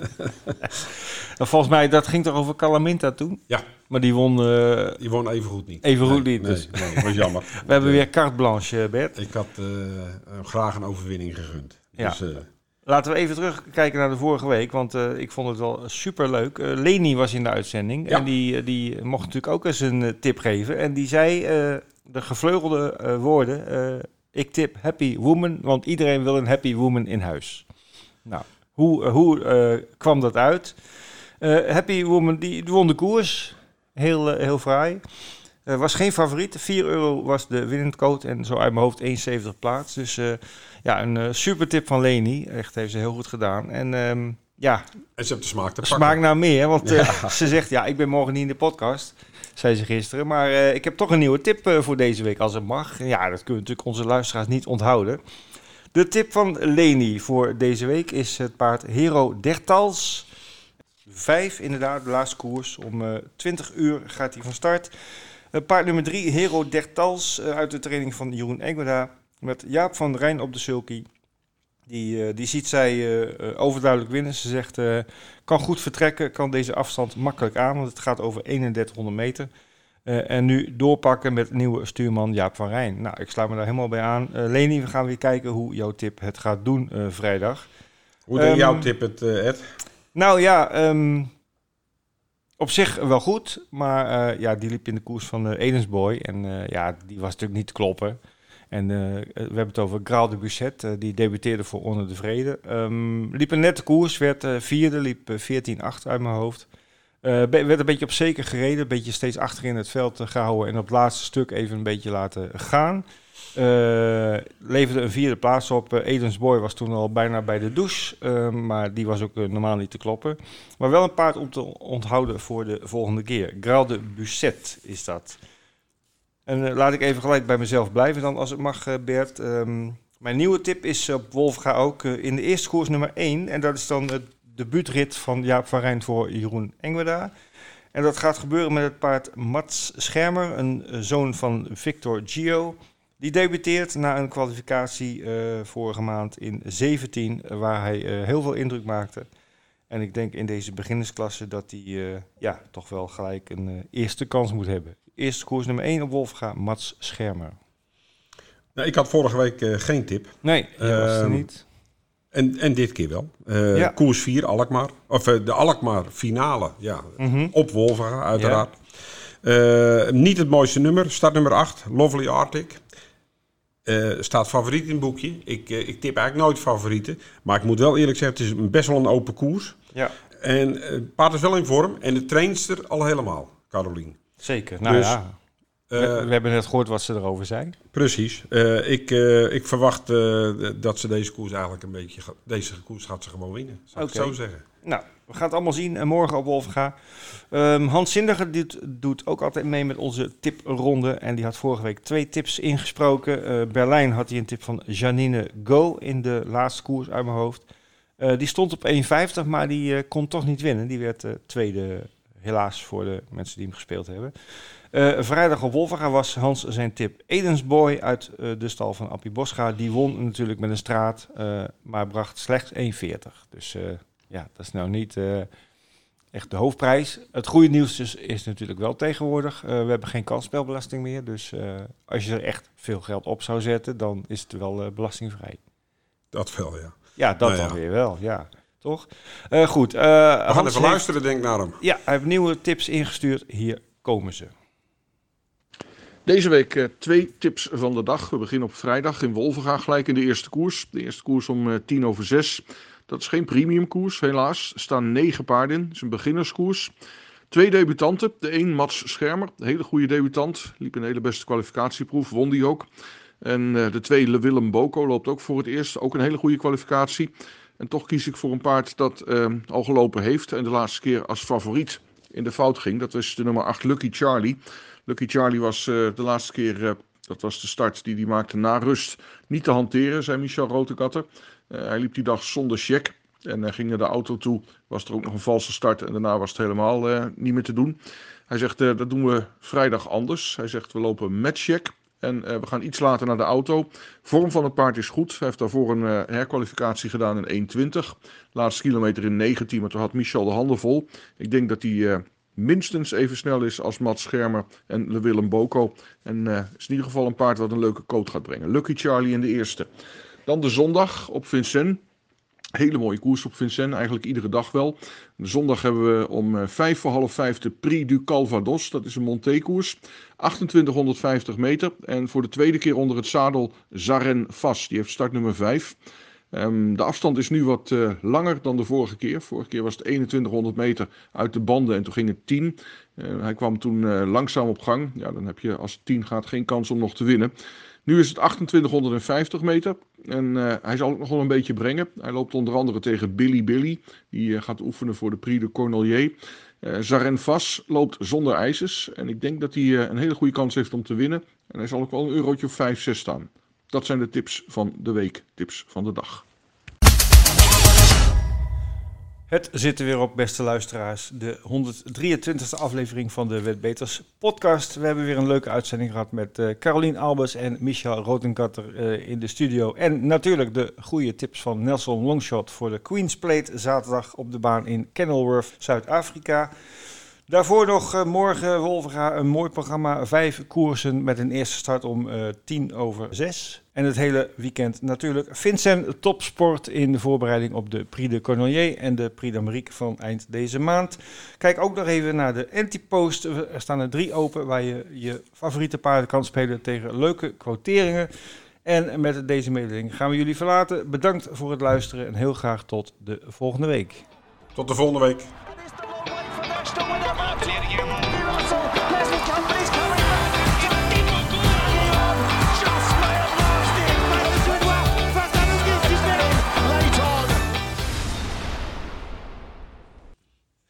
Volgens mij, dat ging toch over Calaminta toen? Ja. Maar die won... Uh, die won even goed niet. Even goed nee, niet, dus. Nee, nee, dat was jammer. We hebben weer carte blanche, Bert. Ik had uh, graag een overwinning gegund. Ja. Dus, uh, Laten we even terugkijken naar de vorige week, want uh, ik vond het wel superleuk. Uh, Leni was in de uitzending ja. en die, die mocht natuurlijk ook eens een uh, tip geven. En die zei uh, de gevleugelde uh, woorden, uh, ik tip happy woman, want iedereen wil een happy woman in huis. Nou, hoe, uh, hoe uh, kwam dat uit? Uh, happy woman, die, die won de koers, heel, uh, heel fraai. Uh, was geen favoriet, vier euro was de winnend code en zo uit mijn hoofd eenenzeventig plaats. Dus uh, ja, een uh, super tip van Leni. Echt, heeft ze heel goed gedaan. En um, ja... En ze heeft de smaak te pakken. Smaak naar meer, want uh, ja. ze zegt, ja, ik ben morgen niet in de podcast, zei ze gisteren. Maar uh, ik heb toch een nieuwe tip uh, voor deze week, als het mag. Ja, dat kunnen natuurlijk onze luisteraars niet onthouden. De tip van Leni voor deze week is het paard Hero Dertals. Vijf, inderdaad, de laatste koers. Om uh, twintig uur gaat hij van start. Uh, paard nummer drie, Hero Dertals, uh, uit de training van Jeroen Engweda. Met Jaap van Rijn op de sulky. Die, uh, die ziet zij uh, overduidelijk winnen. Ze zegt, uh, kan goed vertrekken, kan deze afstand makkelijk aan, want het gaat over eenendertighonderd meter. Uh, en nu doorpakken met nieuwe stuurman Jaap van Rijn. Nou, ik sluit me daar helemaal bij aan. Uh, Leni, we gaan weer kijken hoe jouw tip het gaat doen uh, vrijdag. Hoe deed um, jouw tip het, uh, Ed? Nou ja, um, op zich wel goed, maar uh, ja, die liep in de koers van uh, Edensboy. En uh, ja, die was natuurlijk niet te kloppen. En uh, we hebben het over Graal de Busset, uh, die debuteerde voor Onder de Vrede. Um, liep een nette koers, werd uh, vierde, liep uh, veertien acht uit mijn hoofd. Uh, be- werd een beetje op zeker gereden, een beetje steeds achter in het veld uh, gehouden en op het laatste stuk even een beetje laten gaan. Uh, leverde een vierde plaats op. Uh, Edens Boy was toen al bijna bij de douche, uh, maar die was ook uh, normaal niet te kloppen. Maar wel een paard om te onthouden voor de volgende keer. Graal de Busset is dat. En uh, laat ik even gelijk bij mezelf blijven dan, als het mag, uh, Bert. Um, mijn nieuwe tip is op Wolfga ook uh, in de eerste koers nummer één. En dat is dan het debuutrit van Jaap van Rijn voor Jeroen Engweda. En dat gaat gebeuren met het paard Mats Schermer, een uh, zoon van Victor Gio. Die debuteert na een kwalificatie uh, vorige maand in zeventien, uh, waar hij uh, heel veel indruk maakte. En ik denk in deze beginnersklasse dat hij uh, ja, toch wel gelijk een uh, eerste kans moet hebben. Eerste koers nummer één op Wolfga, Mats Schermer. Nou, ik had vorige week uh, geen tip. Nee, je uh, was er niet. En, en dit keer wel. Uh, ja. Koers vier, Alkmaar. Of uh, de Alkmaar finale. Ja, mm-hmm. Op Wolvenga, uiteraard. Ja. Uh, niet het mooiste nummer. Startnummer acht, Lovely Arctic. Uh, staat favoriet in het boekje. Ik, uh, ik tip eigenlijk nooit favorieten. Maar ik moet wel eerlijk zeggen, het is best wel een open koers. Ja. En uh, het paard is wel in vorm. En de trainster al helemaal, Carolien. Zeker, nou dus, ja. Uh, we, we hebben net gehoord wat ze erover zei. Precies. Uh, ik, uh, ik verwacht uh, dat ze deze koers eigenlijk een beetje... Deze koers gaat ze gewoon winnen, zou okay. ik zo zeggen. Nou, we gaan het allemaal zien. En morgen op Wolvenga. Um, Hans Zindiger doet, doet ook altijd mee met onze tipronde. En die had vorige week twee tips ingesproken. Uh, Berlijn had hij een tip van Janine Go in de laatste koers uit mijn hoofd. Uh, die stond op één vijftig, maar die uh, kon toch niet winnen. Die werd uh, tweede, helaas, voor de mensen die hem gespeeld hebben. Uh, vrijdag op Wolvenga was Hans zijn tip Edensboy uit uh, de stal van Appie Bosga. Die won natuurlijk met een straat, uh, maar bracht slechts één veertig. Dus uh, ja, dat is nou niet uh, echt de hoofdprijs. Het goede nieuws is, is natuurlijk wel tegenwoordig. Uh, we hebben geen kansspelbelasting meer. Dus uh, als je er echt veel geld op zou zetten, dan is het wel uh, belastingvrij. Dat wel, ja. Ja, dat nou, dan ja. weer wel, ja. Toch? Uh, goed. Uh, we gaan Hans even heeft, luisteren, denk ik, naar hem. Ja, hij heeft nieuwe tips ingestuurd. Hier komen ze. Deze week uh, twee tips van de dag. We beginnen op vrijdag in Wolvenga, gelijk in de eerste koers. De eerste koers om uh, tien over zes. Dat is geen premiumkoers, helaas. Er staan negen paarden in. Het is een beginnerskoers. Twee debutanten. De een, Mats Schermer. Een hele goede debutant. Liep een hele beste kwalificatieproef. Won die ook. En uh, de twee, Le Willem Boko, loopt ook voor het eerst. Ook een hele goede kwalificatie. En toch kies ik voor een paard dat uh, al gelopen heeft. En de laatste keer als favoriet in de fout ging. Dat was de nummer acht, Lucky Charlie. Lucky Charlie was uh, de laatste keer, uh, dat was de start die hij maakte na rust, niet te hanteren, zei Michel Rotegatter. Uh, hij liep die dag zonder check en uh, ging naar de auto toe. Was er ook nog een valse start en daarna was het helemaal uh, niet meer te doen. Hij zegt, uh, dat doen we vrijdag anders. Hij zegt, we lopen met check en uh, we gaan iets later naar de auto. Vorm van het paard is goed. Hij heeft daarvoor een uh, herkwalificatie gedaan in één twintig. Laatste kilometer in negentien, maar toen had Michel de handen vol. Ik denk dat hij... Uh, minstens even snel is als Mats Schermer en Le Willem Boko. En uh, is in ieder geval een paard wat een leuke coat gaat brengen. Lucky Charlie in de eerste. Dan de zondag op Vincennes. Hele mooie koers op Vincennes, eigenlijk iedere dag wel. De zondag hebben we om uh, vijf voor half vijf de Prix du Calvados. Dat is een monté-koers. achtentwintighonderdvijftig meter. En voor de tweede keer onder het zadel Zaren Vast. Die heeft startnummer vijf. Um, de afstand is nu wat uh, langer dan de vorige keer. Vorige keer was het eenentwintighonderd meter uit de banden en toen ging het tien. Uh, hij kwam toen uh, langzaam op gang. Ja, dan heb je als het tien gaat geen kans om nog te winnen. Nu is het achtentwintighonderdvijftig meter en uh, hij zal ook nog wel een beetje brengen. Hij loopt onder andere tegen Billy Billy. Die uh, gaat oefenen voor de Prix de Cornelier. Uh, Zaren Vast loopt zonder ijzers en ik denk dat hij uh, een hele goede kans heeft om te winnen. En hij zal ook wel een eurotje of vijf, zes staan. Dat zijn de tips van de week, tips van de dag. Het zit er weer op, beste luisteraars. De honderddrieëntwintigste aflevering van de Wetbeters podcast. We hebben weer een leuke uitzending gehad met uh, Carolien Albers en Michel Rotengatter uh, in de studio. En natuurlijk de goede tips van Nelson Longshot voor de Queen's Plate zaterdag op de baan in Kenilworth, Zuid-Afrika. Daarvoor nog uh, morgen Wolvenga, een mooi programma. Vijf koersen met een eerste start om uh, tien over zes. En het hele weekend natuurlijk Vincennes Topsport in de voorbereiding op de Prix de Cornelier en de Prix d'Amérique van eind deze maand. Kijk ook nog even naar de Antipost. Er staan er drie open waar je je favoriete paarden kan spelen tegen leuke quoteringen. En met deze mededeling gaan we jullie verlaten. Bedankt voor het luisteren en heel graag tot de volgende week. Tot de volgende week. Clear again.